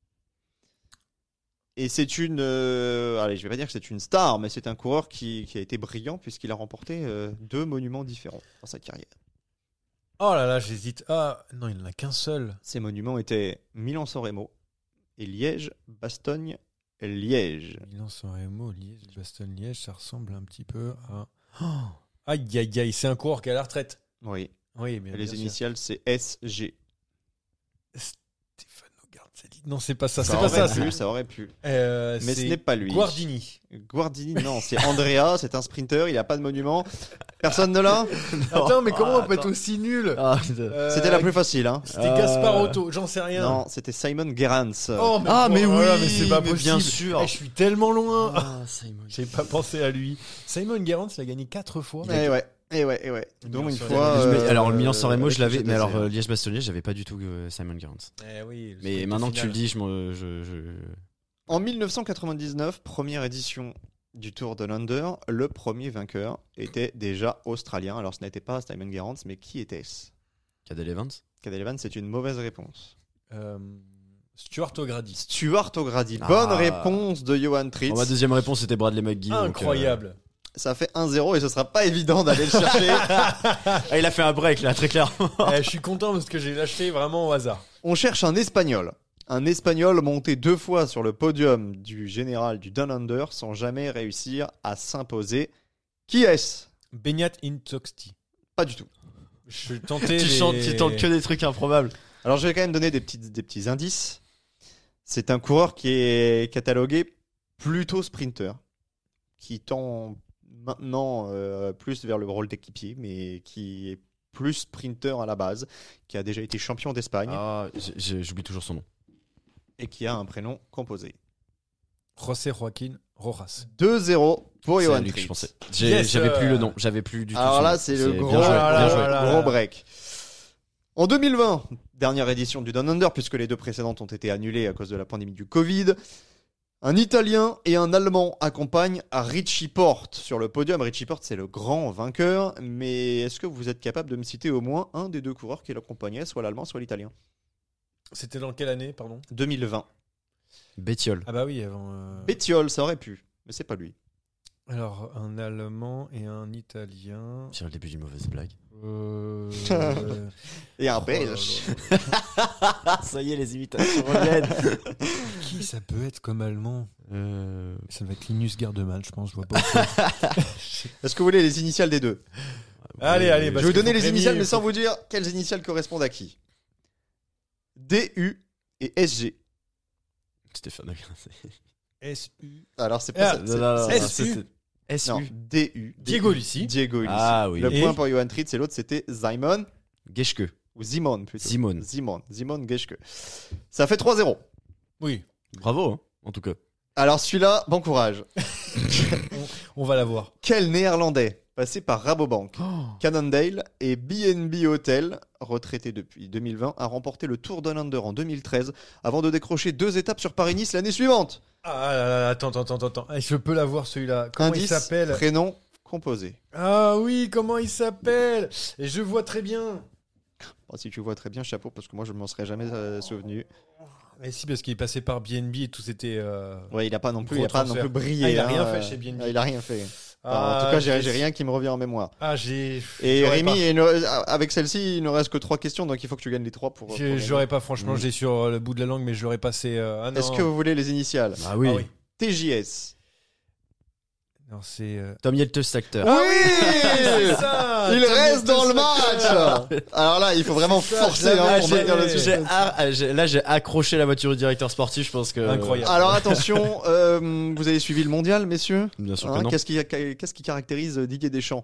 Et c'est une... euh, allez, je vais pas dire que c'est une star, mais c'est un coureur qui, qui a été brillant puisqu'il a remporté euh, deux monuments différents dans sa carrière. Oh là là, j'hésite. Ah, non, il n'y en a qu'un seul. Ces monuments étaient Milan-San Remo et Liège-Bastogne-Liège. Milan-San Remo, Liège, Bastogne-Liège, ça ressemble un petit peu à. Oh, aïe, aïe, aïe, c'est un coureur qui est à la retraite. Oui, Oui, mais. et bien les sûr. initiales c'est S G. Stefano Garzelli. Non, c'est pas ça. Ça C'est pas aurait ça. pu, c'est- ça aurait pu. Euh, Mais ce c'est n'est pas lui. Guardini. Guardini, non, c'est Andrea, c'est un sprinter, il a pas de monument. Personne ne l'a. Attends, mais comment Ah, on peut être attends. aussi nul Ah, Euh, C'était la plus facile, hein. C'était Gaspar Otto, j'en sais rien. Non, c'était Simon Gerrans. Oh, mais Ah, bon, mais voilà, oui, mais c'est pas mais possible. bien sûr. Eh, je suis tellement loin. Ah, Simon. J'ai pas pensé à lui. Simon Gerrans, il a gagné quatre fois. Eh ouais, eh ouais, eh ouais. Donc Milan une San fois. Remo. euh, alors le Milan-San Remo, avec je l'avais, le mais alors G T C, euh, Liège-Bastogne, j'avais pas du tout euh, Simon Gerrans. Eh oui, le Mais sprint maintenant au que tu le final. dis, je, me- je, je, En dix-neuf cent quatre-vingt-dix-neuf, première édition du Tour Down Under, le premier vainqueur était déjà australien. Alors ce n'était pas Simon Gerrans, mais qui était-ce? Cadel Evans. Cadel Evans, c'est une mauvaise réponse. Euh, Stuart O'Grady. Stuart O'Grady. Ah. Bonne réponse de Johan Tritz. Bon, ma deuxième réponse c'était Bradley McGee. Incroyable. Donc, euh, ça fait un zéro et ce sera pas évident d'aller le chercher. Ah, il a fait un break là, très clairement. Eh, je suis content parce que j'ai lâché vraiment au hasard. On cherche un Espagnol. Un Espagnol monté deux fois sur le podium du général du Down Under sans jamais réussir à s'imposer. Qui est-ce? Beñat Intxausti. Pas du tout. Je tentais. tu, les... chantes, tu tentes que des trucs improbables. Alors je vais quand même donner des petits, des petits indices. C'est un coureur qui est catalogué plutôt sprinter, qui tend maintenant euh, plus vers le rôle d'équipier, mais qui est plus sprinter à la base, qui a déjà été champion d'Espagne Ah, j'ai- j'ai- j'oublie toujours son nom. et qui a un prénom composé. José Joaquín Rojas. deux zéro pour C'est à Johan lui que je Tritz. pensais. J'ai- Yes, J'avais euh, plus le nom, j'avais plus du tout. Alors son là, nom. c'est le gros, bien joué, là bien là joué. là. gros break. En deux mille vingt, dernière édition du Down Under, puisque les deux précédentes ont été annulées à cause de la pandémie du Covid, un Italien et un Allemand accompagnent à Richie Porte sur le podium. Richie Porte, c'est le grand vainqueur, mais est-ce que vous êtes capable de me citer au moins un des deux coureurs qui l'accompagnait, soit l'Allemand, soit l'Italien? C'était dans quelle année, pardon? deux mille vingt. Bettiol. Ah bah oui, avant. euh, Bettiol, ça aurait pu, mais c'est pas lui. Alors, un Allemand et un Italien. C'est le début d'une mauvaise blague. Euh... Et un Oh là Belge. Ah, ça y est, les imitations reviennent. Qui ça peut être comme Allemand? Euh, Ça va être Linus Gardeman, je pense. Je vois pas. autre chose. Est-ce que vous voulez les initiales des deux? Allez, allez, Je parce vais vous qu'il donner faut les prévenir, initiales, il mais faut- sans vous dire quelles initiales correspondent à qui. D U et S G. Stéphane Agrasé. S U. Alors, c'est pas Ah, ça. Non, c'est- non, non, c'est- S U. c'était- S Non, U. D U. Diego Ulissi. Diego Ulissi. Ah oui. Le Et- point pour Johan Tritz et l'autre c'était Simon Geschke. ou Simon plutôt. Simon. Simon. Simon Geschke. Ça fait trois zéro. Oui, Bravo, hein, en tout cas. Alors celui-là, bon courage. on va la voir. Quel néerlandais passé par Rabobank, Cannondale et B and B Hotel, retraité depuis deux mille vingt, a remporté le Tour Down Under en deux mille treize avant de décrocher deux étapes sur Paris-Nice l'année suivante. Ah là là, attends, attends, attends, attends. Eh, Je peux la voir celui-là. Comment il Indice, s'appelle? prénom, composé. Ah oui, comment il s'appelle? Et je vois très bien. Bon, si tu vois très bien, chapeau, parce que moi je ne m'en serais jamais euh, souvenu. Mais si, parce qu'il est passé par B and B et tout, c'était. euh, Ouais, il n'a pas non plus, Gros il a pas non transfert. plus brillé. Ah, il a hein, rien euh, fait chez B and B. ah, Il a rien fait. Ah, en tout cas, j'ai j'ai- j'ai rien qui me revient en mémoire. Ah, j'ai. Et j'aurais Rémi, pas. il ne- avec celle-ci, il ne reste que trois questions, donc il faut que tu gagnes les trois pour. pour J'ai- gagner. J'aurais pas, franchement, Mm. j'ai sur le bout de la langue, mais je l'aurais passé. euh, Ah non. Est-ce que vous voulez les initiales? Ah oui. Ah oui. T J S. Non, c'est. euh, Tom Yeltes, acteur. Ah c'est oui ça, Il Tom reste dans le Yeltes, match. Alors là, il faut vraiment C'est ça, forcer je hein, l'avais, pour j'ai- maintenir le j'ai- suspense. J'ai ar- ah, j'ai- Là, j'ai accroché la voiture du directeur sportif, je pense que. Incroyable. Alors attention, euh, vous avez suivi le mondial, messieurs? Bien sûr Hein, que non. Qu'est-ce qui, qu'est-ce qui caractérise Didier Deschamps?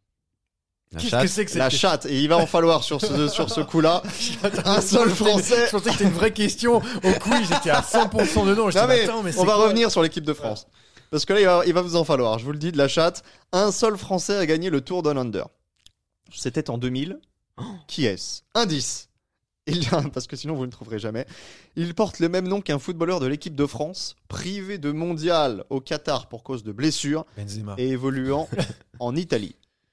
La Qu'est-ce chatte. que c'est que cette La chatte. Et il va en falloir sur ce, sur ce coup-là. Un seul français. Je pensais que c'était une vraie question. Au quiz, j'étais à cent pour cent dedans. Je Non, mais attends, mais on c'est va quoi revenir sur l'équipe de France. Parce que là, il va, il va vous en falloir. Je vous le dis, de la chatte. Un seul Français a gagné le Tour Down Under. C'était en deux mille. Qui est-ce? Indice. Il y a, parce que sinon vous ne le trouverez jamais. Il porte le même nom qu'un footballeur de l'équipe de France, privé de mondial au Qatar pour cause de blessure Benzema. et évoluant en Italie.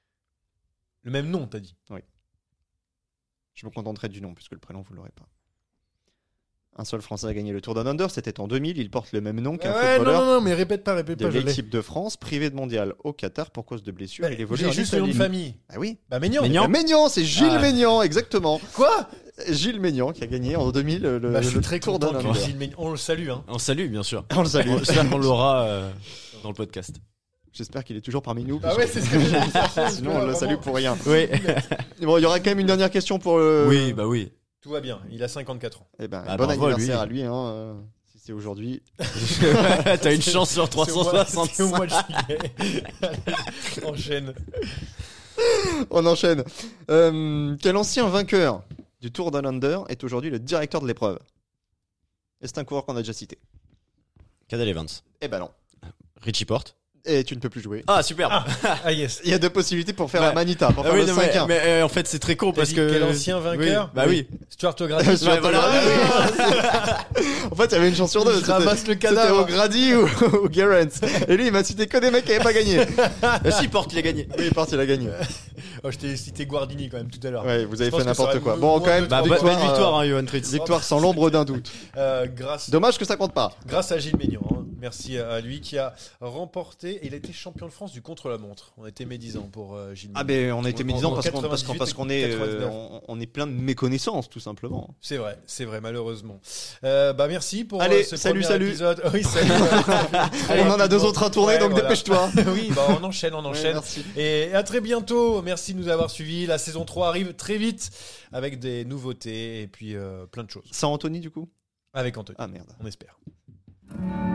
Le même nom, t'as dit. Je me contenterai du nom puisque le prénom vous ne l'aurez pas. Un seul Français a gagné le Tour Down Under. C'était en deux mille. Il porte le même nom qu'un Ouais, non, footballeur non, non, mais répète pas, répète de pas. je l'ai. l'équipe de France, privé de mondial au Qatar pour cause de blessure. Bah, il évolue J'ai en juste le nom de Italie. famille. Ah oui. Bah, Maignan. Maignan. Maignan, c'est Gilles Ah. Maignan, exactement. Quoi? Gilles Maignan qui a gagné en deux mille le, Bah, je suis le très Tour content Down que Under. Gilles Maignan. On le salue, hein. On salue, bien sûr. On le salue. On- J'espère qu'on l'aura euh, dans le podcast. J'espère qu'il est toujours parmi nous. Ah ouais, c'est ce que j'ai cherché. Sinon, on le salue pour rien. Oui. Bon, il y aura quand même une dernière question pour le. Oui, bah oui. Tout va bien. Il a cinquante-quatre ans. Eh ben, Ah, bon bravo à anniversaire à lui. lui. Hein, euh, si c'est aujourd'hui. T'as une chance sur trois cent soixante. C'est au mois de juillet. Allez, enchaîne. On enchaîne. Euh, quel ancien vainqueur du Tour Down Under est aujourd'hui le directeur de l'épreuve? Et c'est un coureur qu'on a déjà cité. Cadel Evans. Eh ben non. Richie Porte. Et tu ne peux plus jouer. Ah, super. Ah, ah yes. Il y a deux possibilités pour faire Ouais. la manita, pour Ah faire oui, le non, mais, cinq un. mais, euh, en fait, c'est très con T'as parce dit que. quel ancien vainqueur? Oui, Bah oui. Stuart O'Grady. Stuart Ouais, voilà. O'Grady. En fait, il y avait une chance sur deux. Je C'était- ramasse le cadavre. C'était O'Grady ou, ou Gerrans. Et lui, il m'a cité que des mecs qui n'avaient pas gagné. Ah, si, Porte, il a gagné. Oui, Porte, il a gagné. Oh, je t'ai cité Guardini quand même tout à l'heure. Ouais, vous avez Je pense fait que ça n'importe aurait quoi. eu Bon, moins quand même, de Bah, trois bonne victoire, victoire, euh, hein, Johan Fritz. victoire sans l'ombre d'un doute. Euh, grâce, Dommage que ça compte pas. grâce à Gilles Ménian. hein. Merci à lui qui a remporté. Et il a été champion de France du contre-la-montre. On était médisants pour euh, Gilles Ménian. Ah ben on a été En- médisants en parce qu'on parce qu'on parce qu'on est euh, quatre-vingt-dix-huit on, on est plein de méconnaissances tout simplement. C'est vrai, c'est vrai, malheureusement. Euh, bah merci pour Allez, euh, ce salut, premier salut. épisode. Oui, salut. On en a deux autres à tourner Ouais, donc voilà. dépêche-toi. Oui, bah on enchaîne, on Ouais, enchaîne. merci. Et à très bientôt. Merci de nous avoir suivis. La saison trois arrive très vite avec des nouveautés et puis euh, plein de choses. Sans Anthony du coup. Avec Anthony, Ah merde. on espère.